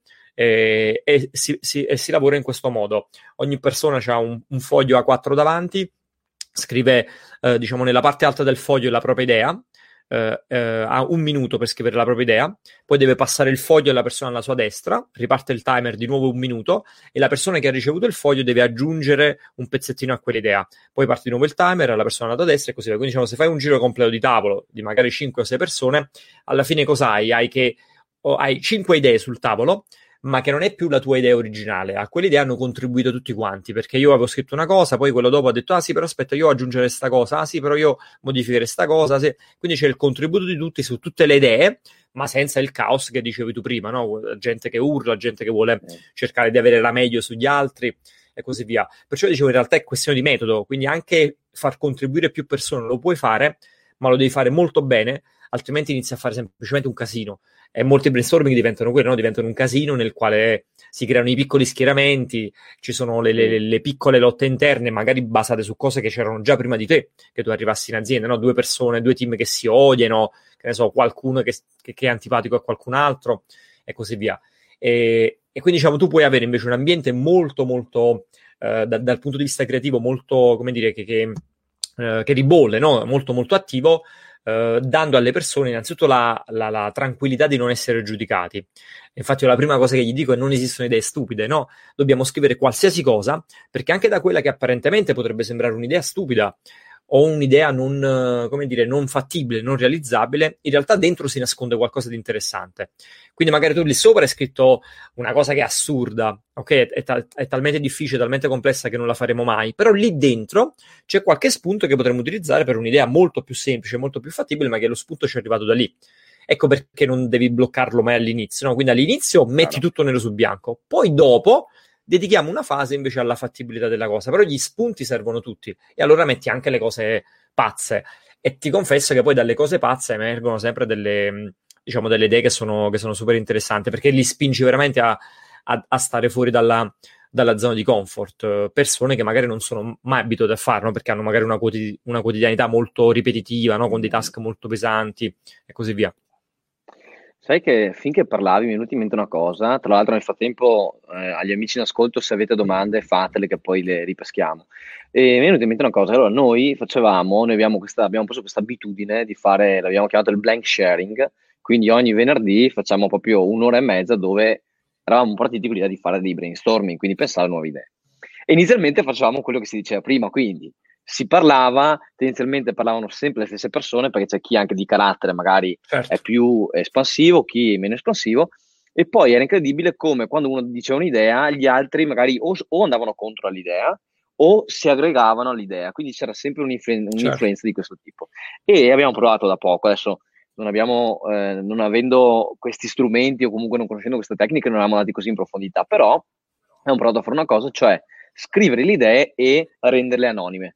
E, e, si, si, e si lavora in questo modo. Ogni persona ha un, un foglio A quattro davanti, scrive eh, diciamo nella parte alta del foglio la propria idea, eh, eh, ha un minuto per scrivere la propria idea, poi deve passare il foglio alla persona alla sua destra, riparte il timer di nuovo un minuto e la persona che ha ricevuto il foglio deve aggiungere un pezzettino a quell'idea, poi parte di nuovo il timer alla persona alla tua destra e così via. Quindi diciamo, se fai un giro completo di tavolo di magari cinque o sei persone, alla fine cosa hai? Hai che oh, hai cinque idee sul tavolo, ma che non è più la tua idea originale. A quell'idea hanno contribuito tutti quanti, perché io avevo scritto una cosa, poi quello dopo ha detto ah sì però aspetta io aggiungerei sta cosa, ah sì però io modificherei sta cosa, sì. Quindi c'è il contributo di tutti su tutte le idee, ma senza il caos che dicevi tu prima, no? Gente che urla, gente che vuole cercare di avere la meglio sugli altri e così via. Perciò dicevo in realtà è questione di metodo, quindi anche far contribuire più persone lo puoi fare, ma lo devi fare molto bene, altrimenti inizi a fare semplicemente un casino. E molti brainstorming diventano quello, no? Diventano un casino nel quale si creano i piccoli schieramenti, ci sono le, le, le piccole lotte interne, magari basate su cose che c'erano già prima di te, che tu arrivassi in azienda, no? Due persone, due team che si odiano, che ne so, qualcuno che, che, che è antipatico a qualcun altro, e così via. E, e quindi diciamo tu puoi avere invece un ambiente molto, molto, eh, da, dal punto di vista creativo, molto, come dire, che, che, eh, che ribolle, no? Molto, molto attivo, Uh, dando alle persone innanzitutto la, la, la tranquillità di non essere giudicati. Infatti io la prima cosa che gli dico è non esistono idee stupide, no? Dobbiamo scrivere qualsiasi cosa, perché anche da quella che apparentemente potrebbe sembrare un'idea stupida o un'idea non, come dire, non fattibile, non realizzabile, in realtà dentro si nasconde qualcosa di interessante. Quindi magari tu lì sopra hai scritto una cosa che è assurda, ok? È, è, tal- è talmente difficile, talmente complessa che non la faremo mai, però lì dentro c'è qualche spunto che potremmo utilizzare per un'idea molto più semplice, molto più fattibile, ma che lo spunto ci è arrivato da lì. Ecco perché non devi bloccarlo mai all'inizio, no? Quindi all'inizio metti Claro. tutto nero su bianco, poi dopo dedichiamo una fase invece alla fattibilità della cosa, però gli spunti servono tutti e allora metti anche le cose pazze e ti confesso che poi dalle cose pazze emergono sempre delle, diciamo, delle idee che sono, che sono super interessanti, perché li spingi veramente a, a, a stare fuori dalla, dalla zona di comfort, persone che magari non sono mai abituate a farlo, perché hanno magari una, quotidi- una quotidianità molto ripetitiva, no? Con dei task molto pesanti e così via. Sai che finché parlavi mi è venuta in mente una cosa, tra l'altro nel frattempo eh, agli amici in ascolto se avete domande fatele che poi le ripeschiamo. E mi è venuta in mente una cosa, allora noi facevamo, noi abbiamo, questa, abbiamo preso questa abitudine di fare, l'abbiamo chiamato il blank sharing, quindi ogni venerdì facciamo proprio un'ora e mezza dove eravamo partiti con l'idea di fare dei brainstorming, quindi pensare a nuove idee. E inizialmente facevamo quello che si diceva prima, quindi si parlava, tendenzialmente parlavano sempre le stesse persone, perché c'è chi anche di carattere magari Certo. è più espansivo, chi è meno espansivo, e poi era incredibile come quando uno diceva un'idea, gli altri magari o, o andavano contro all'idea o si aggregavano all'idea, quindi c'era sempre un'influ- un'influenza Certo. di questo tipo. E abbiamo provato da poco, adesso non abbiamo, eh, non avendo questi strumenti o comunque non conoscendo queste tecniche, non abbiamo andati così in profondità, però abbiamo provato a fare una cosa, cioè scrivere le idee e renderle anonime.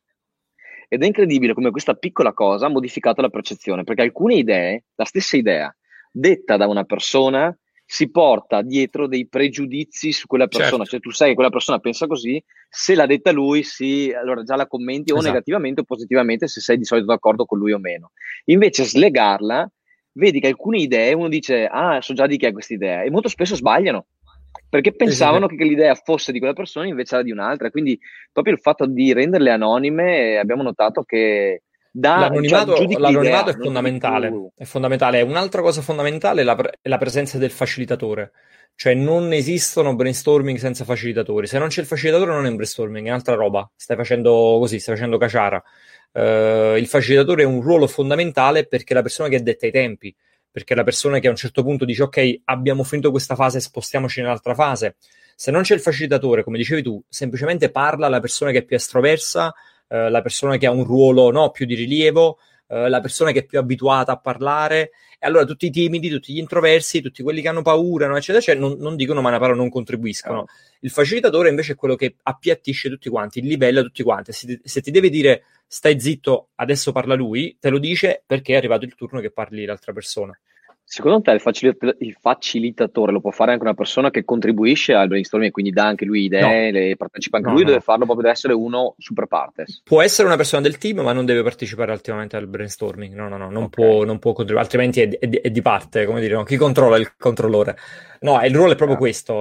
Ed è incredibile come questa piccola cosa ha modificato la percezione, perché alcune idee, la stessa idea, detta da una persona, si porta dietro dei pregiudizi su quella persona. Certo. Cioè tu sai che quella persona pensa così, se l'ha detta lui, sì, allora già la commenti o Esatto. negativamente o positivamente, se sei di solito d'accordo con lui o meno. Invece slegarla, vedi che alcune idee, uno dice, ah, so già di chi è questa idea, e molto spesso sbagliano, perché pensavano Sì, sì, che l'idea fosse di quella persona invece era di un'altra. Quindi proprio il fatto di renderle anonime, abbiamo notato che da, cioè, L'anonimato, giudichi l'anonimato l'idea, è non giudichi fondamentale, tu. è fondamentale. Un'altra cosa fondamentale è la, pre- è la presenza del facilitatore. Cioè non esistono brainstorming senza facilitatori. Se non c'è il facilitatore non è un brainstorming, è un'altra roba. Stai facendo così, stai facendo caciara. Uh, il facilitatore è un ruolo fondamentale perché è la persona che detta i tempi, perché è la persona che a un certo punto dice ok, abbiamo finito questa fase, spostiamoci nell'altra fase. Se non c'è il facilitatore, come dicevi tu, semplicemente parla la persona che è più estroversa, Uh, la persona che ha un ruolo no, più di rilievo, uh, la persona che è più abituata a parlare, e allora tutti i timidi, tutti gli introversi, tutti quelli che hanno paura, no, eccetera, cioè, non, non dicono ma una parola, non contribuiscono. Oh. Il facilitatore invece è quello che appiattisce tutti quanti, livella tutti quanti. Se, se ti deve dire stai zitto, adesso parla lui, te lo dice perché è arrivato il turno che parli l'altra persona. Secondo te il, facilit- il facilitatore lo può fare anche una persona che contribuisce al brainstorming e quindi dà anche lui idee, no. le partecipa anche no, lui, no, deve no. farlo proprio, deve essere uno super partes? Può essere una persona del team, ma non deve partecipare attivamente al brainstorming. No, no, no, non okay. può, non può contribuire, altrimenti è, è, è di parte, come dire, no? Chi controlla il controllore? No, il ruolo è proprio ah. questo.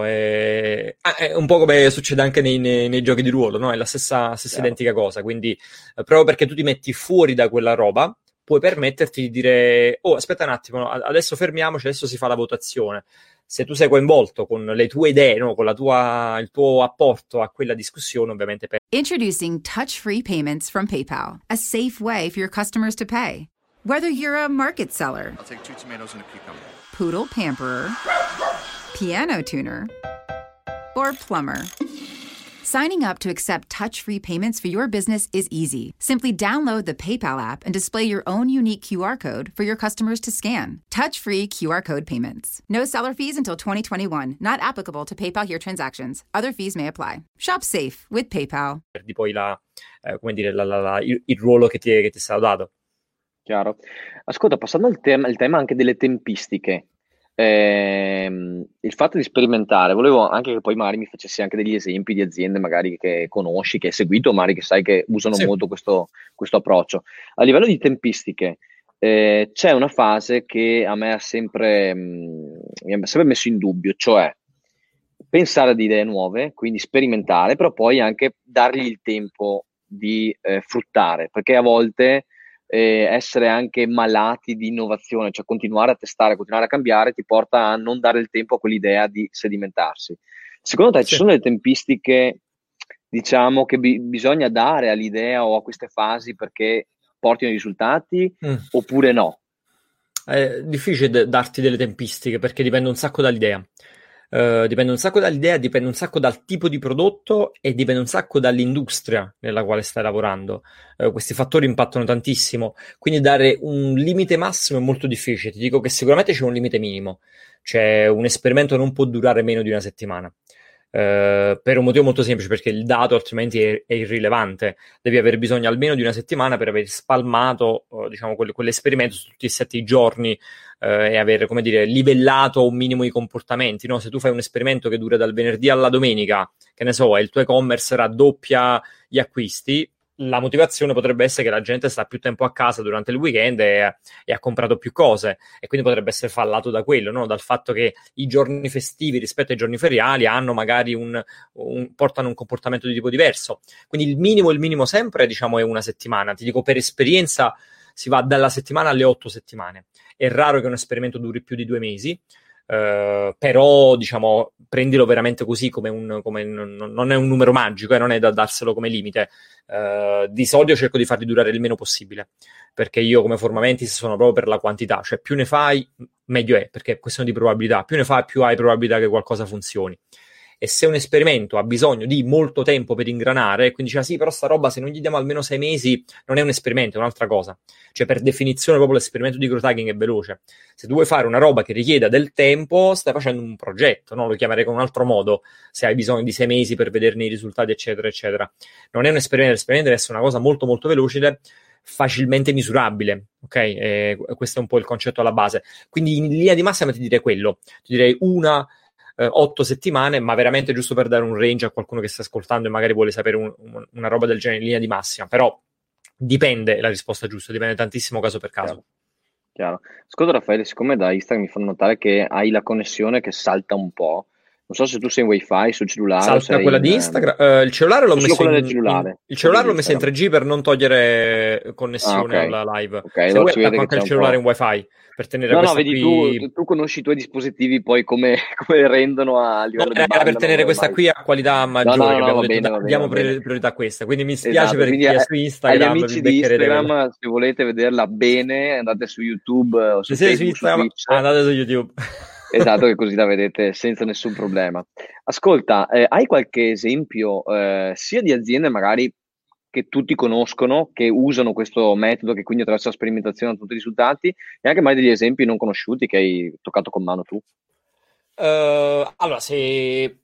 È, è un po' come succede anche nei, nei, nei giochi di ruolo, no? È la stessa, stessa identica cosa. Quindi, eh, proprio perché tu ti metti fuori da quella roba, puoi permetterti di dire oh aspetta un attimo, adesso fermiamoci, adesso si fa la votazione. Se tu sei coinvolto con le tue idee, no, con la tua, il tuo apporto a quella discussione, ovviamente per... Introducing touch-free payments from PayPal, a safe way for your customers to pay. Whether you're a market seller, I'll take two tomatoes and a cucumber, poodle pamperer, piano tuner, or plumber, signing up to accept touch-free payments for your business is easy. Simply download the PayPal app and display your own unique Q R code for your customers to scan. Touch-free Q R code payments. No seller fees until twenty twenty-one. Not applicable to PayPal here transactions. Other fees may apply. Shop safe with PayPal. Perdi poi la, eh, come dire, la, la, la, il, il ruolo che ti, è, che ti è stato dato. Chiaro. Ascolta, passando al tema, il tema anche delle tempistiche. Eh, il fatto di sperimentare, volevo anche che poi magari mi facessi anche degli esempi di aziende magari che conosci, che hai seguito, magari che sai che usano sì. molto questo, questo approccio. A livello di tempistiche eh, c'è una fase che a me ha sempre, mh, mi ha sempre messo in dubbio, cioè pensare ad idee nuove, quindi sperimentare, però poi anche dargli il tempo di eh, fruttare, perché a volte Eh, essere anche malati di innovazione, cioè continuare a testare, continuare a cambiare, ti porta a non dare il tempo a quell'idea di sedimentarsi. Secondo te sì. ci sono delle tempistiche, diciamo, che bi- bisogna dare all'idea o a queste fasi perché portino i risultati mm. oppure no? È difficile d- darti delle tempistiche perché dipende un sacco dall'idea. Uh, dipende un sacco dall'idea, dipende un sacco dal tipo di prodotto e dipende un sacco dall'industria nella quale stai lavorando. Uh, questi fattori impattano tantissimo, quindi dare un limite massimo è molto difficile. Ti dico che sicuramente c'è un limite minimo, cioè un esperimento non può durare meno di una settimana. Uh, per un motivo molto semplice, perché il dato altrimenti è, è irrilevante. Devi aver bisogno almeno di una settimana per aver spalmato uh, diciamo quel, quell'esperimento su tutti e sette i giorni uh, e aver, come dire, livellato un minimo i comportamenti, no? Se tu fai un esperimento che dura dal venerdì alla domenica, che ne so, e il tuo e-commerce raddoppia gli acquisti, la motivazione potrebbe essere che la gente sta più tempo a casa durante il weekend e, e ha comprato più cose, e quindi potrebbe essere fallato da quello, no? Dal fatto che i giorni festivi rispetto ai giorni feriali hanno magari un, un portano un comportamento di tipo diverso. Quindi il minimo, il minimo sempre, diciamo, è una settimana. Ti dico, per esperienza si va dalla settimana alle otto settimane. È raro che un esperimento duri più di due mesi. Uh, però diciamo prendilo veramente così come un come un, non è un numero magico e eh, non è da darselo come limite. Uh, di solito cerco di farli durare il meno possibile, perché io come formamenti sono proprio per la quantità, cioè più ne fai meglio è, perché è questione di probabilità, più ne fai più hai probabilità che qualcosa funzioni. E se un esperimento ha bisogno di molto tempo per ingranare, quindi dice, ah, sì, però sta roba se non gli diamo almeno sei mesi non è un esperimento, è un'altra cosa. Cioè per definizione proprio l'esperimento di growth hacking è veloce. Se tu vuoi fare una roba che richieda del tempo, stai facendo un progetto, no? Lo chiamerei con un altro modo, se hai bisogno di sei mesi per vederne i risultati, eccetera, eccetera. Non è un esperimento, l'esperimento deve essere una cosa molto molto veloce, facilmente misurabile, ok? E questo è un po' il concetto alla base. Quindi in linea di massima ti direi quello, ti direi una Eh, otto settimane, ma veramente giusto per dare un range a qualcuno che sta ascoltando e magari vuole sapere un, un, una roba del genere in linea di massima, però dipende, la risposta giusta, dipende tantissimo caso per caso. Chiaro. Chiaro. Ascolta Raffaele, siccome da Instagram mi fanno notare che hai la connessione che salta un po', non so se tu sei in wifi sul cellulare. Salta quella in, di Instagram. Uh, il cellulare l'ho messo in, cellulare. In, il cellulare l'ho messo in tre G per non togliere connessione ah, okay. alla live. Okay, se vuoi attacco anche il cellulare in wifi per tenere no, questa no, vedi, qui... tu, tu conosci i tuoi dispositivi poi come, come rendono a livello no, di banda. Per tenere questa qui a qualità maggiore, no, no, no, abbiamo va detto, bene, va diamo bene. priorità a questa. Quindi mi spiace esatto, per chi è su Instagram. Agli amici di Instagram, se volete vederla bene, andate su YouTube o su se Facebook, su Instagram, su andate su YouTube. Esatto, che così la vedete senza nessun problema. Ascolta, eh, hai qualche esempio eh, sia di aziende magari che tutti conoscono, che usano questo metodo, che quindi attraverso la sperimentazione hanno tutti i risultati, e anche mai degli esempi non conosciuti che hai toccato con mano tu? Uh, allora, se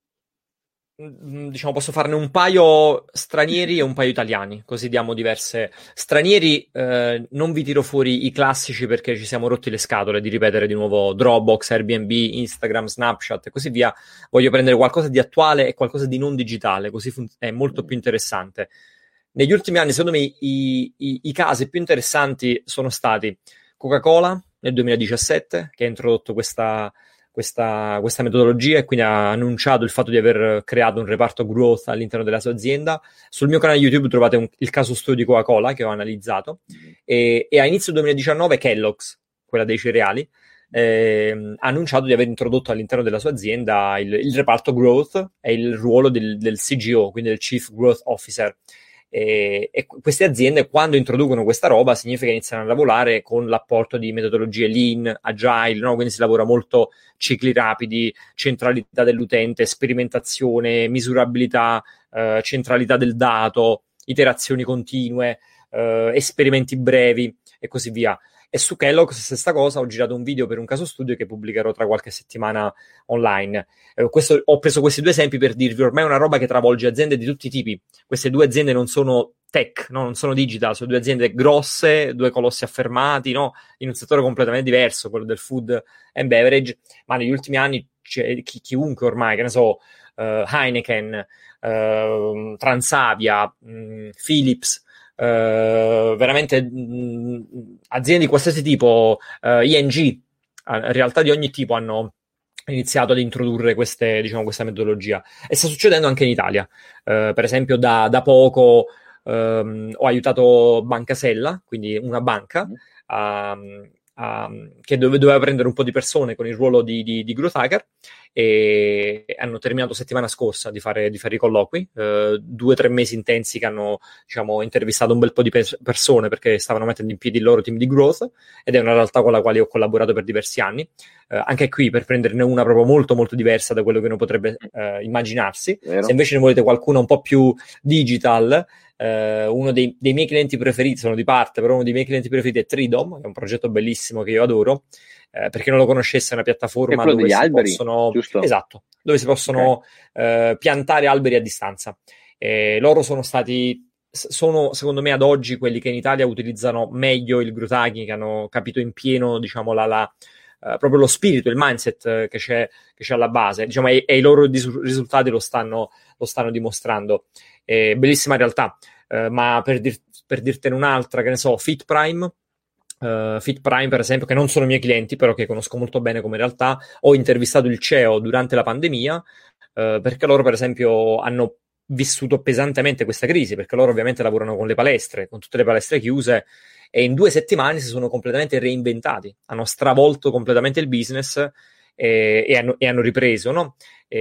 diciamo posso farne un paio stranieri e un paio italiani, così diamo diverse. Stranieri eh, non vi tiro fuori i classici perché ci siamo rotti le scatole di ripetere di nuovo Dropbox, Airbnb, Instagram, Snapchat e così via. Voglio prendere qualcosa di attuale e qualcosa di non digitale, così fun- è molto più interessante. Negli ultimi anni, secondo me, i, i, i casi più interessanti sono stati Coca-Cola nel duemiladiciassette, che ha introdotto questa Questa, questa metodologia e quindi ha annunciato il fatto di aver creato un reparto growth all'interno della sua azienda. Sul mio canale YouTube trovate un, il caso studio di Coca-Cola che ho analizzato e, e a inizio duemiladiciannove Kellogg's, quella dei cereali, eh, ha annunciato di aver introdotto all'interno della sua azienda il, il reparto growth e il ruolo del, del C G O, quindi del Chief Growth Officer. E, e queste aziende quando introducono questa roba significa che iniziano a lavorare con l'apporto di metodologie lean, agile, no? Quindi si lavora molto cicli rapidi, centralità dell'utente, sperimentazione, misurabilità, eh, centralità del dato, iterazioni continue, eh, esperimenti brevi e così via. E su Kellogg's stessa cosa, ho girato un video per un caso studio che pubblicherò tra qualche settimana online. Eh, questo, ho preso questi due esempi per dirvi ormai è una roba che travolge aziende di tutti i tipi. Queste due aziende non sono tech, no? Non sono digital, sono due aziende grosse, due colossi affermati, no? In un settore completamente diverso, quello del food and beverage, ma negli ultimi anni c'è chi, chiunque ormai, che ne so, uh, Heineken, uh, Transavia, mh, Philips, Uh, veramente mh, aziende di qualsiasi tipo, uh, I N G, uh, in realtà di ogni tipo hanno iniziato ad introdurre queste, diciamo, questa metodologia e sta succedendo anche in Italia. Uh, per esempio da, da poco um, ho aiutato Banca Sella, quindi una banca a, a, che dove, doveva prendere un po' di persone con il ruolo di, di, di growth hacker e hanno terminato settimana scorsa di fare, di fare i colloqui, eh, due o tre mesi intensi che hanno, diciamo, intervistato un bel po' di pe- persone perché stavano mettendo in piedi il loro team di growth ed è una realtà con la quale ho collaborato per diversi anni, eh, anche qui per prenderne una proprio molto molto diversa da quello che uno potrebbe eh, immaginarsi. Vero. Se invece ne volete qualcuno un po' più digital, eh, uno dei, dei miei clienti preferiti, sono di parte, però uno dei miei clienti preferiti è Tridom, che è un progetto bellissimo che io adoro. Eh, perché non lo conoscesse, è una piattaforma dove si alberi, possono giusto? Esatto, dove si possono okay. eh, piantare alberi a distanza. Eh, loro sono stati, sono secondo me ad oggi quelli che in Italia utilizzano meglio il growth hacking, che hanno capito in pieno, diciamo, la, la, eh, proprio lo spirito, il mindset eh, che, c'è, che c'è alla base, diciamo, e, e i loro dis- risultati lo stanno, lo stanno dimostrando. Eh, bellissima realtà, eh, ma per, dir- per dirtene un'altra, che ne so, Fit Prime. Uh, Fit Prime, per esempio, che non sono miei clienti, però che conosco molto bene come realtà. Ho intervistato il C E O durante la pandemia, uh, perché loro, per esempio, hanno vissuto pesantemente questa crisi, perché loro ovviamente lavorano con le palestre, con tutte le palestre chiuse, e in due settimane si sono completamente reinventati, hanno stravolto completamente il business e, e, hanno, e hanno ripreso, no?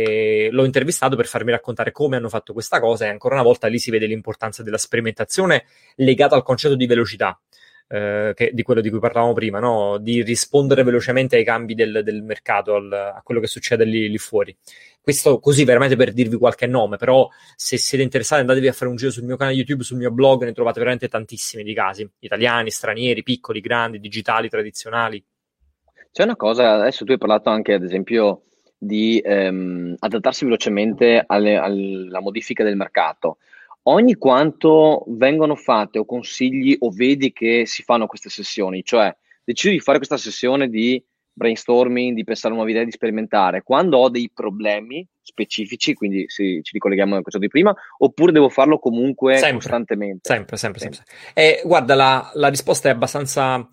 E l'ho intervistato per farmi raccontare come hanno fatto questa cosa, e ancora una volta lì si vede l'importanza della sperimentazione legata al concetto di velocità, eh, che, di quello di cui parlavamo prima, no? Di rispondere velocemente ai cambi del, del mercato, al, a quello che succede lì, lì fuori. Questo così veramente per dirvi qualche nome, però se siete interessati andatevi a fare un giro sul mio canale YouTube, sul mio blog, ne trovate veramente tantissimi di casi, italiani, stranieri, piccoli, grandi, digitali, tradizionali. C'è una cosa, adesso tu hai parlato anche ad esempio di ehm, adattarsi velocemente alle, alla modifica del mercato. Ogni quanto vengono fatte o consigli o vedi che si fanno queste sessioni, cioè decido di fare questa sessione di brainstorming, di pensare a nuove idee, di sperimentare, quando ho dei problemi specifici, quindi sì, ci ricolleghiamo a questo di prima, oppure devo farlo comunque sempre, costantemente? Sempre, sempre, sempre. sempre. E guarda, la, la risposta è abbastanza...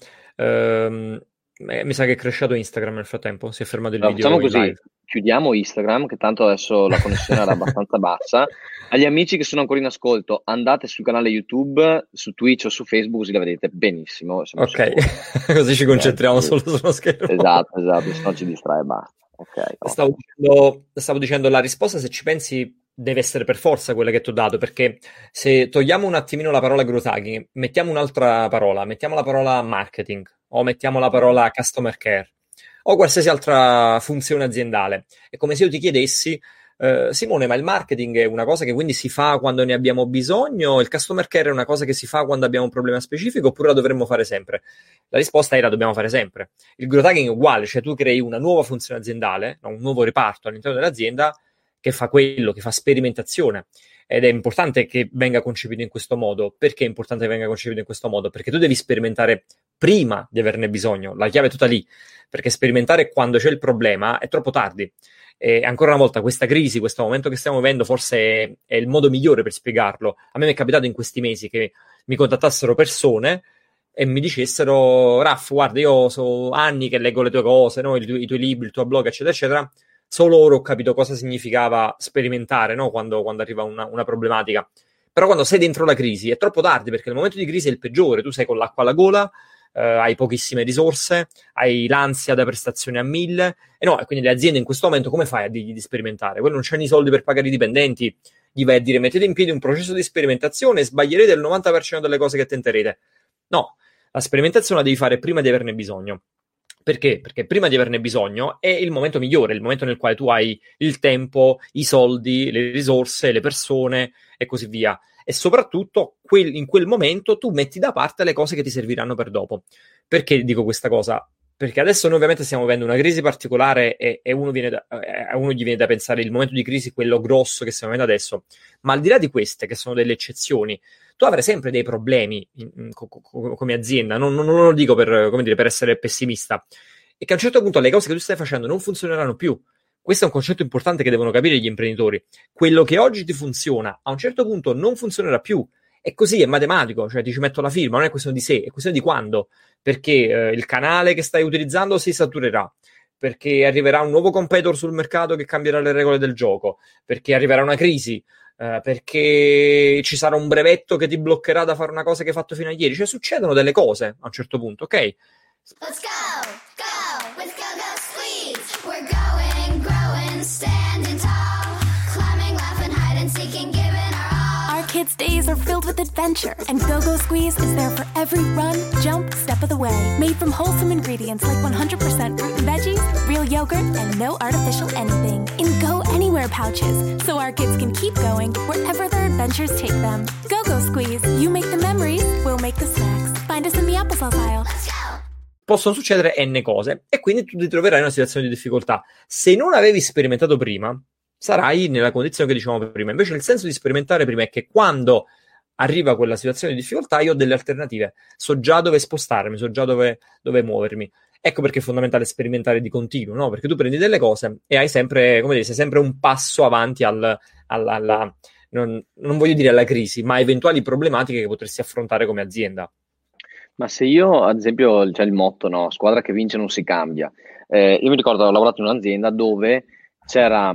Ehm, mi sa che è crashato Instagram nel frattempo, si è fermato il allora, video facciamo così, live. Chiudiamo Instagram, che tanto adesso la connessione era abbastanza bassa. Agli amici che sono ancora in ascolto, andate sul canale YouTube, su Twitch o su Facebook, così la vedete benissimo. Ok, così ci concentriamo okay. solo sullo schermo. Esatto, esatto, se no ci distrae e basta. Okay, stavo, dicendo, stavo dicendo, la risposta, se ci pensi, deve essere per forza quella che ti ho dato, perché se togliamo un attimino la parola growth hacking, mettiamo un'altra parola, mettiamo la parola marketing, o mettiamo la parola customer care, o qualsiasi altra funzione aziendale. È come se io ti chiedessi, eh, Simone, ma il marketing è una cosa che quindi si fa quando ne abbiamo bisogno, il customer care è una cosa che si fa quando abbiamo un problema specifico, oppure la dovremmo fare sempre? La risposta è la dobbiamo fare sempre. Il growth hacking è uguale, cioè tu crei una nuova funzione aziendale, un nuovo reparto all'interno dell'azienda che fa quello, che fa sperimentazione. Ed è importante che venga concepito in questo modo. Perché è importante che venga concepito in questo modo? Perché tu devi sperimentare prima di averne bisogno. La chiave è tutta lì. Perché sperimentare quando c'è il problema è troppo tardi. E ancora una volta, questa crisi, questo momento che stiamo vivendo, forse è, è il modo migliore per spiegarlo. A me mi è capitato in questi mesi che mi contattassero persone e mi dicessero: Raff, guarda, io so anni che leggo le tue cose, no? I, tu- i tuoi libri, il tuo blog, eccetera, eccetera. Solo ora ho capito cosa significava sperimentare, no? Quando, quando arriva una, una problematica. Però quando sei dentro la crisi è troppo tardi, perché il momento di crisi è il peggiore. Tu sei con l'acqua alla gola, eh, hai pochissime risorse, hai l'ansia da prestazioni a mille, e no, e quindi le aziende in questo momento come fai a dirgli di sperimentare? Quello non c'hanno i soldi per pagare i dipendenti, gli vai a dire mettete in piedi un processo di sperimentazione e sbaglierete il novanta per cento delle cose che tenterete. No, la sperimentazione la devi fare prima di averne bisogno. Perché? Perché prima di averne bisogno è il momento migliore, il momento nel quale tu hai il tempo, i soldi, le risorse, le persone e così via. E soprattutto quel, in quel momento tu metti da parte le cose che ti serviranno per dopo. Perché dico questa cosa? Perché adesso noi ovviamente stiamo vivendo una crisi particolare e, e uno, viene da, eh, uno gli viene da pensare il momento di crisi, quello grosso che stiamo vivendo adesso. Ma al di là di queste, che sono delle eccezioni, tu avrai sempre dei problemi in, in, co, co, come azienda. Non, non, non lo dico per, come dire, per essere pessimista. E che a un certo punto le cose che tu stai facendo non funzioneranno più. Questo è un concetto importante che devono capire gli imprenditori. Quello che oggi ti funziona, a un certo punto non funzionerà più. E così è matematico, cioè ti ci metto la firma, non è questione di se, è questione di quando. Perché eh, il canale che stai utilizzando si saturerà, perché arriverà un nuovo competitor sul mercato che cambierà le regole del gioco, perché arriverà una crisi, eh, perché ci sarà un brevetto che ti bloccherà da fare una cosa che hai fatto fino a ieri. Cioè succedono delle cose a un certo punto, ok? Let's go, go, with Go Go Squeeze. We're going, growing, standing tall, climbing, laughing, hide and seeking, giving our all. Our kids' days are filled with adventure, and Go Go Squeeze is there for every run, jump, step of the way. Made from wholesome ingredients like one hundred percent fruit and veggies, real yogurt, and no artificial anything. In Go Anywhere pouches, so our kids can keep going wherever their adventures take them. Go Go Squeeze. You make the memories, we'll make the snacks. Find us in the applesauce aisle. Let's go! Possono succedere n cose e quindi tu ti troverai in una situazione di difficoltà. Se non avevi sperimentato prima, sarai nella condizione che dicevamo prima. Invece il senso di sperimentare prima è che quando arriva quella situazione di difficoltà io ho delle alternative, so già dove spostarmi, so già dove, dove muovermi. Ecco perché è fondamentale sperimentare di continuo, no? Perché tu prendi delle cose e hai sempre, come dire, sei sempre un passo avanti al, alla, alla non, non voglio dire alla crisi, ma a eventuali problematiche che potresti affrontare come azienda. Ma se io, ad esempio, c'è il motto, no? Squadra che vince non si cambia. Eh, io mi ricordo, ho lavorato in un'azienda dove c'era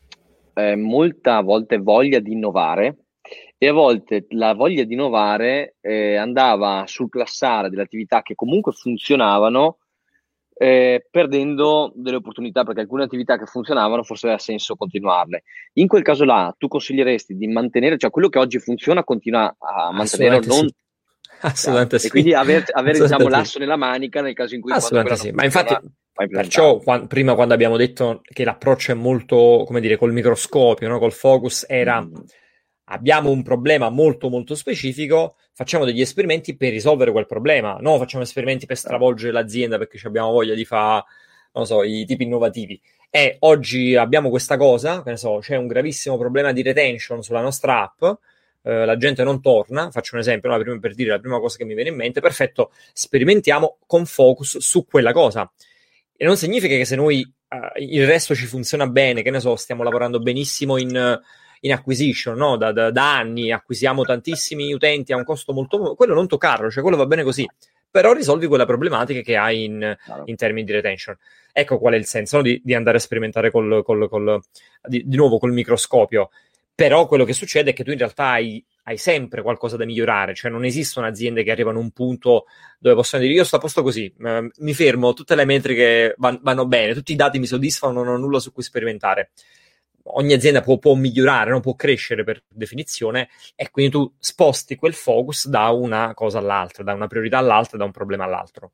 eh, molta a volte voglia di innovare e a volte la voglia di innovare eh, andava a surclassare delle attività che comunque funzionavano eh, perdendo delle opportunità, perché alcune attività che funzionavano forse aveva senso continuarle. In quel caso là, tu consiglieresti di mantenere, cioè quello che oggi funziona continua a mantenerlo, non... Sì. Assolutamente sì. E quindi avere, avere Assolutamente diciamo, sì. l'asso nella manica nel caso in cui Assolutamente sì, ma infatti funziona, perciò quando, prima quando abbiamo detto che l'approccio è molto, come dire, col microscopio, no? Col focus, era mm. abbiamo un problema molto molto specifico, facciamo degli esperimenti per risolvere quel problema, no facciamo esperimenti per stravolgere l'azienda perché abbiamo voglia di fare, non so, i tipi innovativi. E oggi abbiamo questa cosa, che ne so, c'è un gravissimo problema di retention sulla nostra app, Uh, la gente non torna, faccio un esempio, no? Prima per dire la prima cosa che mi viene in mente, perfetto, sperimentiamo con focus su quella cosa. E non significa che se noi uh, il resto ci funziona bene, che ne so, stiamo lavorando benissimo in, in acquisition, no? Da, da, da anni acquisiamo tantissimi utenti a un costo molto... quello non toccarlo, cioè quello va bene così, però risolvi quella problematica che hai in, in termini di retention. Ecco qual è il senso, no? di, di andare a sperimentare col, col, col, di, di nuovo col microscopio. Però quello che succede è che tu in realtà hai, hai sempre qualcosa da migliorare, cioè non esistono aziende che arrivano a un punto dove possono dire io sto a posto così, eh, mi fermo, tutte le metriche van, vanno bene, tutti i dati mi soddisfano, non ho nulla su cui sperimentare. Ogni azienda può, può migliorare, non può crescere per definizione, e quindi tu sposti quel focus da una cosa all'altra, da una priorità all'altra, da un problema all'altro.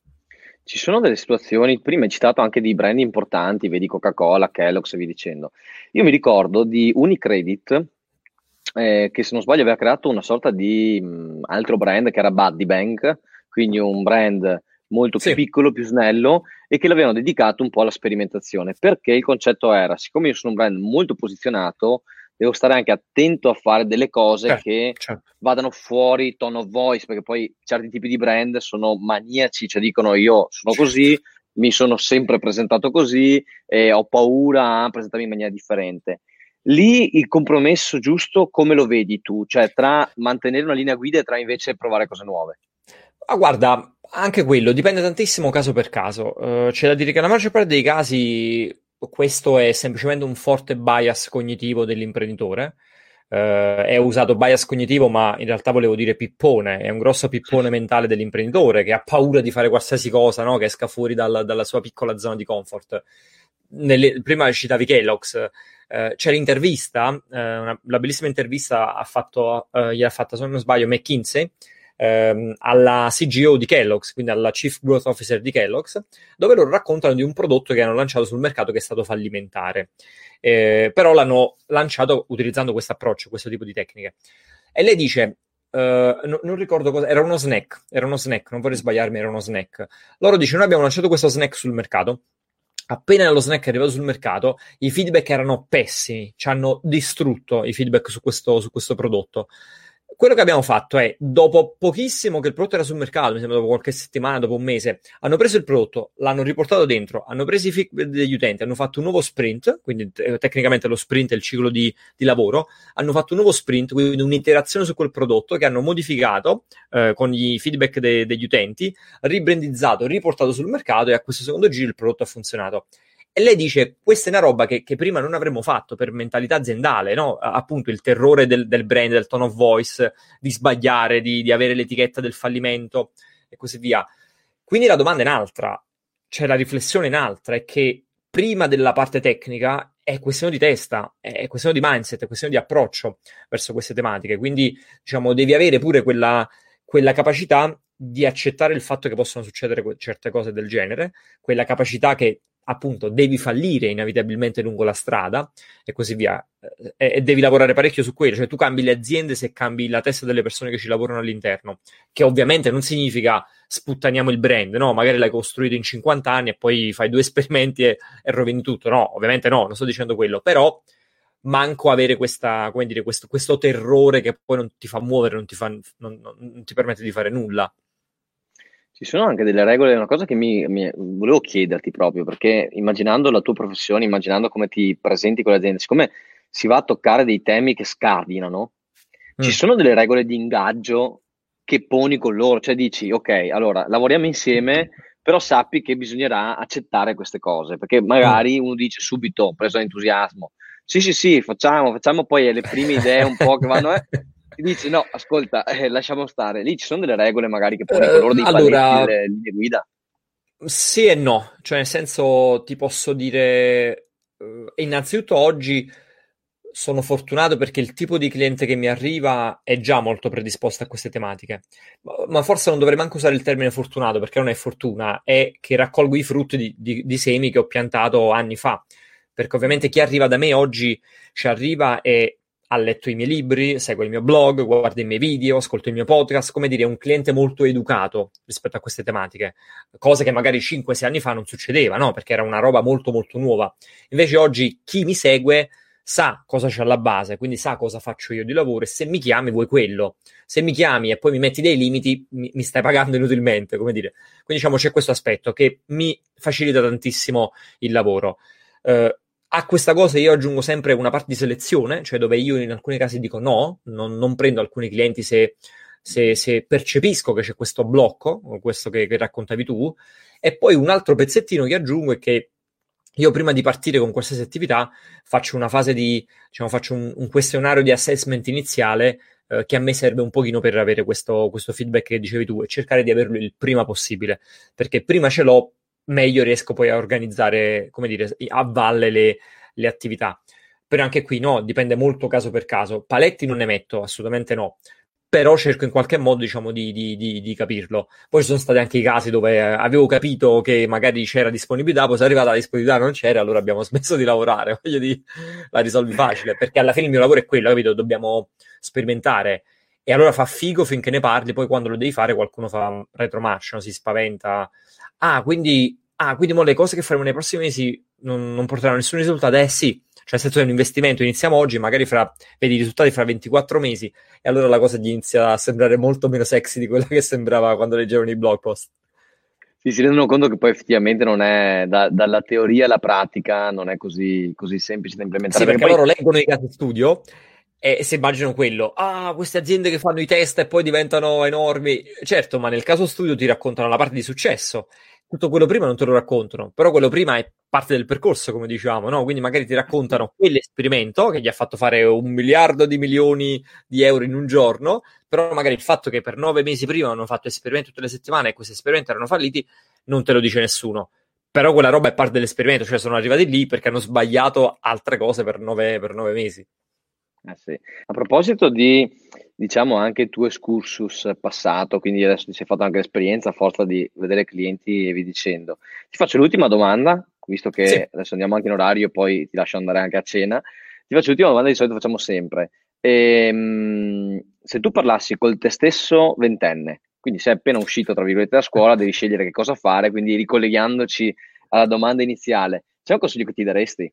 Ci sono delle situazioni, prima hai citato anche di brand importanti, vedi Coca-Cola, Kellogg's e via dicendo. Io mi ricordo di Unicredit, eh, che se non sbaglio aveva creato una sorta di mh, altro brand che era Buddy Bank, quindi un brand molto più sì. piccolo, più snello, e che l'avevano dedicato un po' alla sperimentazione, perché il concetto era, siccome io sono un brand molto posizionato, devo stare anche attento a fare delle cose certo, che certo. vadano fuori tone of voice, perché poi certi tipi di brand sono maniaci, cioè dicono io sono così, mi sono sempre presentato così e ho paura a presentarmi in maniera differente. Lì il compromesso giusto come lo vedi tu? Cioè tra mantenere una linea guida e tra invece provare cose nuove? Ah, guarda, anche quello dipende tantissimo caso per caso. Uh, c'è da dire che nella maggior parte dei casi questo è semplicemente un forte bias cognitivo dell'imprenditore. Uh, è usato bias cognitivo, ma in realtà volevo dire pippone. È un grosso pippone mentale dell'imprenditore che ha paura di fare qualsiasi cosa, no? Che esca fuori dal, dalla sua piccola zona di comfort. Nelle, prima citavi Kellogg's, uh, c'è l'intervista, uh, una, la bellissima intervista ha fatto, uh, gli ha fatta, se non sbaglio, McKinsey, Ehm, alla C G O di Kellogg's, quindi alla Chief Growth Officer di Kellogg's, dove loro raccontano di un prodotto che hanno lanciato sul mercato che è stato fallimentare, eh, però l'hanno lanciato utilizzando questo approccio, questo tipo di tecniche. E lei dice, eh, no, non ricordo cosa, era uno snack, era uno snack, non vorrei sbagliarmi, era uno snack. Loro dicono, noi abbiamo lanciato questo snack sul mercato. Appena lo snack è arrivato sul mercato, i feedback erano pessimi, ci hanno distrutto i feedback su questo, su questo prodotto. Quello che abbiamo fatto è, dopo pochissimo che il prodotto era sul mercato, mi sembra dopo qualche settimana, dopo un mese, hanno preso il prodotto, l'hanno riportato dentro, hanno preso i feedback degli utenti, hanno fatto un nuovo sprint, quindi eh, tecnicamente lo sprint è il ciclo di, di lavoro, hanno fatto un nuovo sprint, quindi un'iterazione su quel prodotto che hanno modificato eh, con i feedback de- degli utenti, ribrandizzato, riportato sul mercato, e a questo secondo giro il prodotto ha funzionato. E lei dice, questa è una roba che, che prima non avremmo fatto per mentalità aziendale, no? Appunto il terrore del, del brand, del tone of voice, di sbagliare, di, di avere l'etichetta del fallimento e così via. Quindi la domanda è un'altra, cioè la riflessione è un'altra, è che prima della parte tecnica è questione di testa, è questione di mindset, è questione di approccio verso queste tematiche. Quindi, diciamo, devi avere pure quella, quella capacità di accettare il fatto che possono succedere certe cose del genere, quella capacità che appunto devi fallire inevitabilmente lungo la strada e così via, e, e devi lavorare parecchio su quello, cioè tu cambi le aziende se cambi la testa delle persone che ci lavorano all'interno, che ovviamente non significa sputtaniamo il brand, no? Magari l'hai costruito in cinquanta anni e poi fai due esperimenti e, e rovini tutto, no, ovviamente no, non sto dicendo quello, però manco avere questa, come dire, questo, questo terrore che poi non ti fa muovere, non ti, fa, non, non, non ti permette di fare nulla. Ci sono anche delle regole, una cosa che mi, mi volevo chiederti proprio, perché immaginando la tua professione, immaginando come ti presenti con le aziende, siccome si va a toccare dei temi che scardinano, mm. ci sono delle regole di ingaggio che poni con loro, cioè dici, ok, allora lavoriamo insieme, però sappi che bisognerà accettare queste cose, perché magari mm. uno dice subito, preso entusiasmo, sì sì sì, facciamo, facciamo poi le prime idee un po' che vanno... Eh, ti dici no, ascolta, eh, lasciamo stare. Lì ci sono delle regole magari che poni con loro, dei allora, paletti, delle linee guida. Sì e no, cioè nel senso ti posso dire, eh, innanzitutto oggi sono fortunato perché il tipo di cliente che mi arriva è già molto predisposto a queste tematiche, ma, ma forse non dovrei manco usare il termine fortunato perché non è fortuna, è che raccolgo i frutti di, di, di semi che ho piantato anni fa, perché ovviamente chi arriva da me oggi ci arriva e ha letto i miei libri, segue il mio blog, guarda i miei video, ascolta il mio podcast, come dire, è un cliente molto educato rispetto a queste tematiche, cose che magari cinque sei anni fa non succedeva, no? Perché era una roba molto molto nuova. Invece oggi chi mi segue sa cosa c'è alla base, quindi sa cosa faccio io di lavoro e se mi chiami vuoi quello. Se mi chiami e poi mi metti dei limiti, mi, mi stai pagando inutilmente, come dire. Quindi diciamo c'è questo aspetto che mi facilita tantissimo il lavoro. Uh, A questa cosa io aggiungo sempre una parte di selezione, cioè dove io in alcuni casi dico no, non, non prendo alcuni clienti se, se, se percepisco che c'è questo blocco, questo che, che raccontavi tu, e poi un altro pezzettino che aggiungo è che io prima di partire con qualsiasi attività faccio una fase di, diciamo, faccio un, un questionario di assessment iniziale eh, che a me serve un pochino per avere questo, questo feedback che dicevi tu e cercare di averlo il prima possibile, perché prima ce l'ho meglio riesco poi a organizzare, come dire, a valle le, le attività. Però anche qui no, dipende molto caso per caso. Paletti non ne metto, assolutamente no. Però cerco in qualche modo, diciamo, di, di, di, di capirlo. Poi ci sono stati anche i casi dove avevo capito che magari c'era disponibilità, poi se è arrivata la disponibilità non c'era, allora abbiamo smesso di lavorare. Voglio dire, la risolvi facile, perché alla fine il mio lavoro è quello, capito? Dobbiamo sperimentare. E allora fa figo finché ne parli, poi quando lo devi fare qualcuno fa retromarcia, no? Si spaventa. Ah, quindi, ah, quindi mo le cose che faremo nei prossimi mesi non, non porteranno nessun risultato? Eh sì, cioè se tu hai un investimento, iniziamo oggi, magari fra, vedi i risultati fra ventiquattro mesi, e allora la cosa gli inizia a sembrare molto meno sexy di quella che sembrava quando leggevano i blog post. Sì, si rendono conto che poi effettivamente non è, da, dalla teoria alla pratica, non è così, così semplice da implementare. Sì, perché, perché perché poi... loro leggono i casi studio e si immaginano quello, ah, queste aziende che fanno i test e poi diventano enormi. Certo, ma nel caso studio ti raccontano la parte di successo. Tutto quello prima non te lo raccontano, però quello prima è parte del percorso, come dicevamo, no? Quindi magari ti raccontano quell'esperimento che gli ha fatto fare un miliardo di milioni di euro in un giorno, però magari il fatto che per nove mesi prima hanno fatto esperimenti tutte le settimane e questi esperimenti erano falliti, non te lo dice nessuno. Però quella roba è parte dell'esperimento, cioè sono arrivati lì perché hanno sbagliato altre cose per nove, per nove mesi. Eh sì. A proposito di, diciamo, anche il tuo excursus passato, quindi adesso ti sei fatto anche l'esperienza a forza di vedere clienti e vi dicendo. Ti faccio l'ultima domanda, visto che Sì. adesso andiamo anche in orario, poi ti lascio andare anche a cena. Ti faccio l'ultima domanda, di solito facciamo sempre. Ehm, se tu parlassi col te stesso ventenne, quindi sei appena uscito, tra virgolette, da scuola, devi scegliere che cosa fare, quindi ricollegandoci alla domanda iniziale, c'è un consiglio che ti daresti?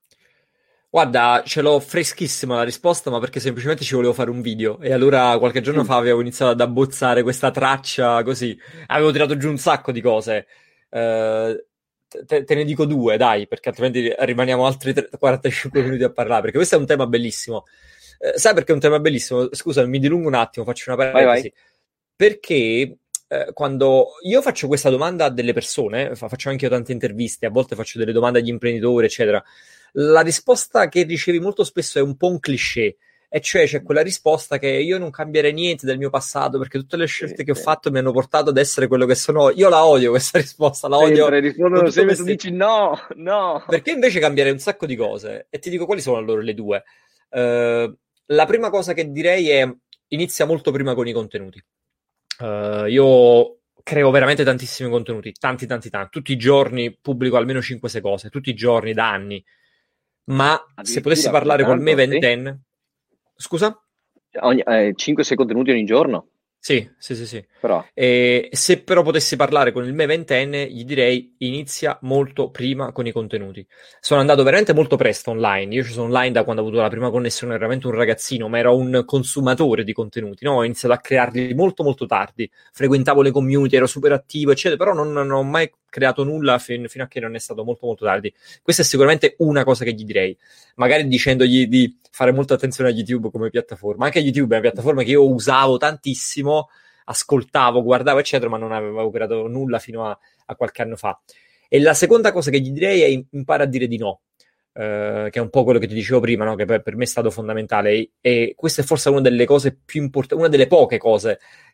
Guarda, ce l'ho freschissima la risposta, ma perché semplicemente ci volevo fare un video e allora qualche giorno fa avevo iniziato ad abbozzare questa traccia così, avevo tirato giù un sacco di cose. Eh, te, te ne dico due, dai, perché altrimenti rimaniamo altri quarantacinque minuti a parlare, perché questo è un tema bellissimo. Eh, sai perché è un tema bellissimo? Scusa, mi dilungo un attimo, faccio una parentesi. Vai, vai. Perché eh, quando io faccio questa domanda a delle persone, fa, faccio anche io tante interviste, a volte faccio delle domande agli imprenditori, eccetera, la risposta che ricevi molto spesso è un po' un cliché, e cioè c'è quella risposta che io non cambierei niente del mio passato perché tutte le scelte Sì, che ho sì. fatto mi hanno portato ad essere quello che sono. Io la odio questa risposta, la odio. Sempre rispondono con tutto sempre, me tu stesso. dici no, no. Perché invece cambierei un sacco di cose e ti dico quali sono allora le due. Eh, la prima cosa che direi è inizia molto prima con i contenuti. Uh, io creo veramente tantissimi contenuti, tanti tanti tanti, tutti i giorni pubblico almeno cinque sei cose, tutti i giorni, da anni, ma se potessi Addirittura parlare così col me tanto, sì? ventenne, scusa? Ogni, eh, cinque sei contenuti ogni giorno, Sì, sì, sì, sì. però. E se però potessi parlare con il me ventenne, gli direi inizia molto prima con i contenuti. Sono andato veramente molto presto online. Io ci sono online da quando ho avuto la prima connessione, ero veramente un ragazzino, ma ero un consumatore di contenuti, no? Ho iniziato a crearli molto molto tardi. Frequentavo le community, ero super attivo, eccetera, però non, non ho mai creato nulla fin, fino a che non è stato molto molto tardi. Questa è sicuramente una cosa che gli direi. Magari dicendogli di fare molta attenzione a YouTube come piattaforma. Anche YouTube è una piattaforma che io usavo tantissimo, ascoltavo, guardavo, eccetera, ma non avevo creato nulla fino a, a qualche anno fa. E la seconda cosa che gli direi è impara a dire di no, eh, che è un po' quello che ti dicevo prima, no? Che per, per me è stato fondamentale. E, e questa è forse una delle cose più importanti, una delle poche cose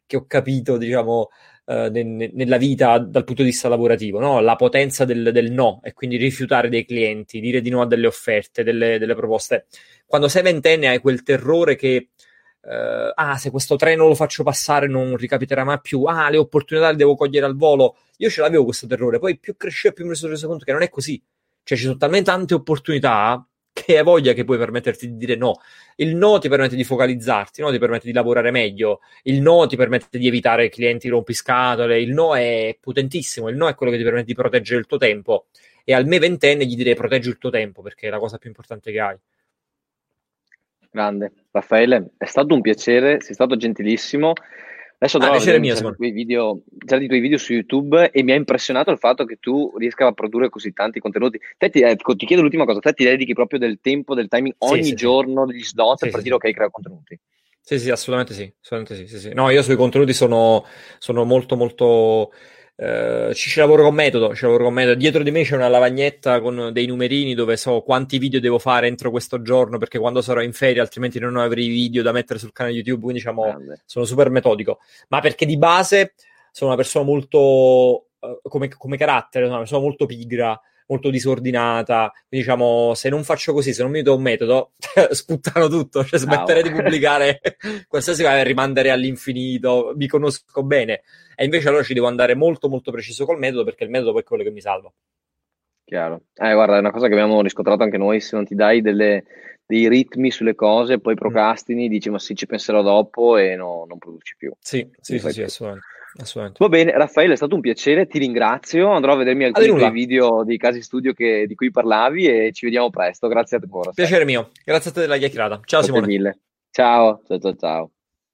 che ho capito, diciamo, uh, ne- nella vita dal punto di vista lavorativo, no? La potenza del, del no, e quindi rifiutare dei clienti, dire di no a delle offerte, delle, delle proposte. Quando sei ventenne hai quel terrore che Uh, ah, se questo treno lo faccio passare non ricapiterà mai più, ah, le opportunità le devo cogliere al volo. Io ce l'avevo questo terrore, poi più crescevo più mi sono reso conto che non è così, cioè ci sono talmente tante opportunità che hai voglia che puoi permetterti di dire no. Il no ti permette di focalizzarti, no? Ti permette di lavorare meglio, il no ti permette di evitare clienti rompiscatole, il no è potentissimo, il no è quello che ti permette di proteggere il tuo tempo, e al me ventenne gli direi proteggi il tuo tempo, perché è la cosa più importante che hai. Grande. Raffaele, è stato un piacere, sei stato gentilissimo. Adesso Ah, andrò a piacere vedere mio, certi Simone. tuoi video, certi tuoi video su YouTube, e mi ha impressionato il fatto che tu riesca a produrre così tanti contenuti. Te ti, ecco, ti chiedo l'ultima cosa, te ti dedichi proprio del tempo, del timing Sì, ogni sì, sì. giorno, degli slot Sì, per sì, dire sì. ok, creo contenuti. Sì, sì, assolutamente sì, assolutamente sì, sì, sì. No, io sui contenuti sono, sono molto, molto... eh, ci, ci lavoro con metodo, ci lavoro con metodo. Dietro di me c'è una lavagnetta con dei numerini dove so quanti video devo fare entro questo giorno, perché quando sarò in ferie altrimenti non avrei video da mettere sul canale YouTube, quindi diciamo Grande. sono super metodico. Ma perché di base sono una persona molto, eh, come, come carattere, sono una persona molto pigra, molto disordinata, quindi diciamo se non faccio così, se non mi do un metodo sputtano tutto, cioè smetterei Wow. di pubblicare qualsiasi cosa, rimanderei all'infinito, mi conosco bene, e invece allora ci devo andare molto molto preciso col metodo, perché il metodo poi è quello che mi salva. Chiaro. Eh, guarda, è una cosa che abbiamo riscontrato anche noi: se non ti dai delle, dei ritmi sulle cose, poi procrastini, dici ma sì, ci penserò dopo, e no, non produci più. Sì, Non sì, sì, fai sì, più. assolutamente, assolutamente. Va bene, Raffaele, è stato un piacere, ti ringrazio. Andrò a vedermi Ah, alcuni di dei tuoi nulla, video dei casi studio che- di cui parlavi, e ci vediamo presto. Grazie ancora, sai. piacere mio, grazie a te della chiacchierata, ciao Grazie Simone. mille. Ciao, ciao, ciao, ciao.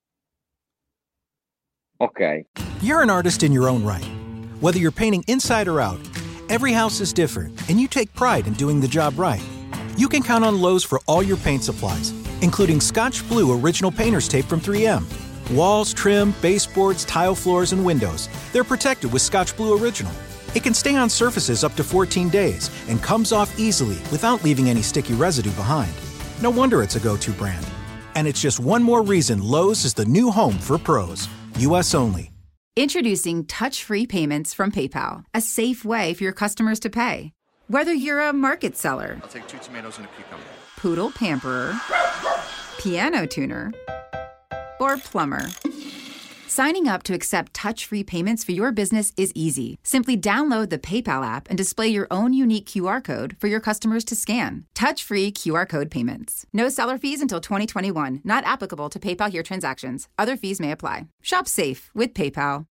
Ok. You're an artist in your own right. Whether you're painting inside or out, every house is different, and you take pride in doing the job right. You can count on Lowe's for all your paint supplies, including Scotch Blue Original Painter's Tape from three M. Walls, trim, baseboards, tile floors, and windows. They're protected with Scotch Blue Original. It can stay on surfaces up to fourteen days and comes off easily without leaving any sticky residue behind. No wonder it's a go-to brand. And it's just one more reason Lowe's is the new home for pros. U S only. Introducing touch-free payments from PayPal, a safe way for your customers to pay. Whether you're a market seller, I'll take two tomatoes and a cucumber. poodle pamperer, piano tuner, or plumber, signing up to accept touch-free payments for your business is easy. Simply download the PayPal app and display your own unique Q R code for your customers to scan. Touch-free Q R code payments. No seller fees until twenty twenty-one. Not applicable to PayPal Here transactions. Other fees may apply. Shop safe with PayPal.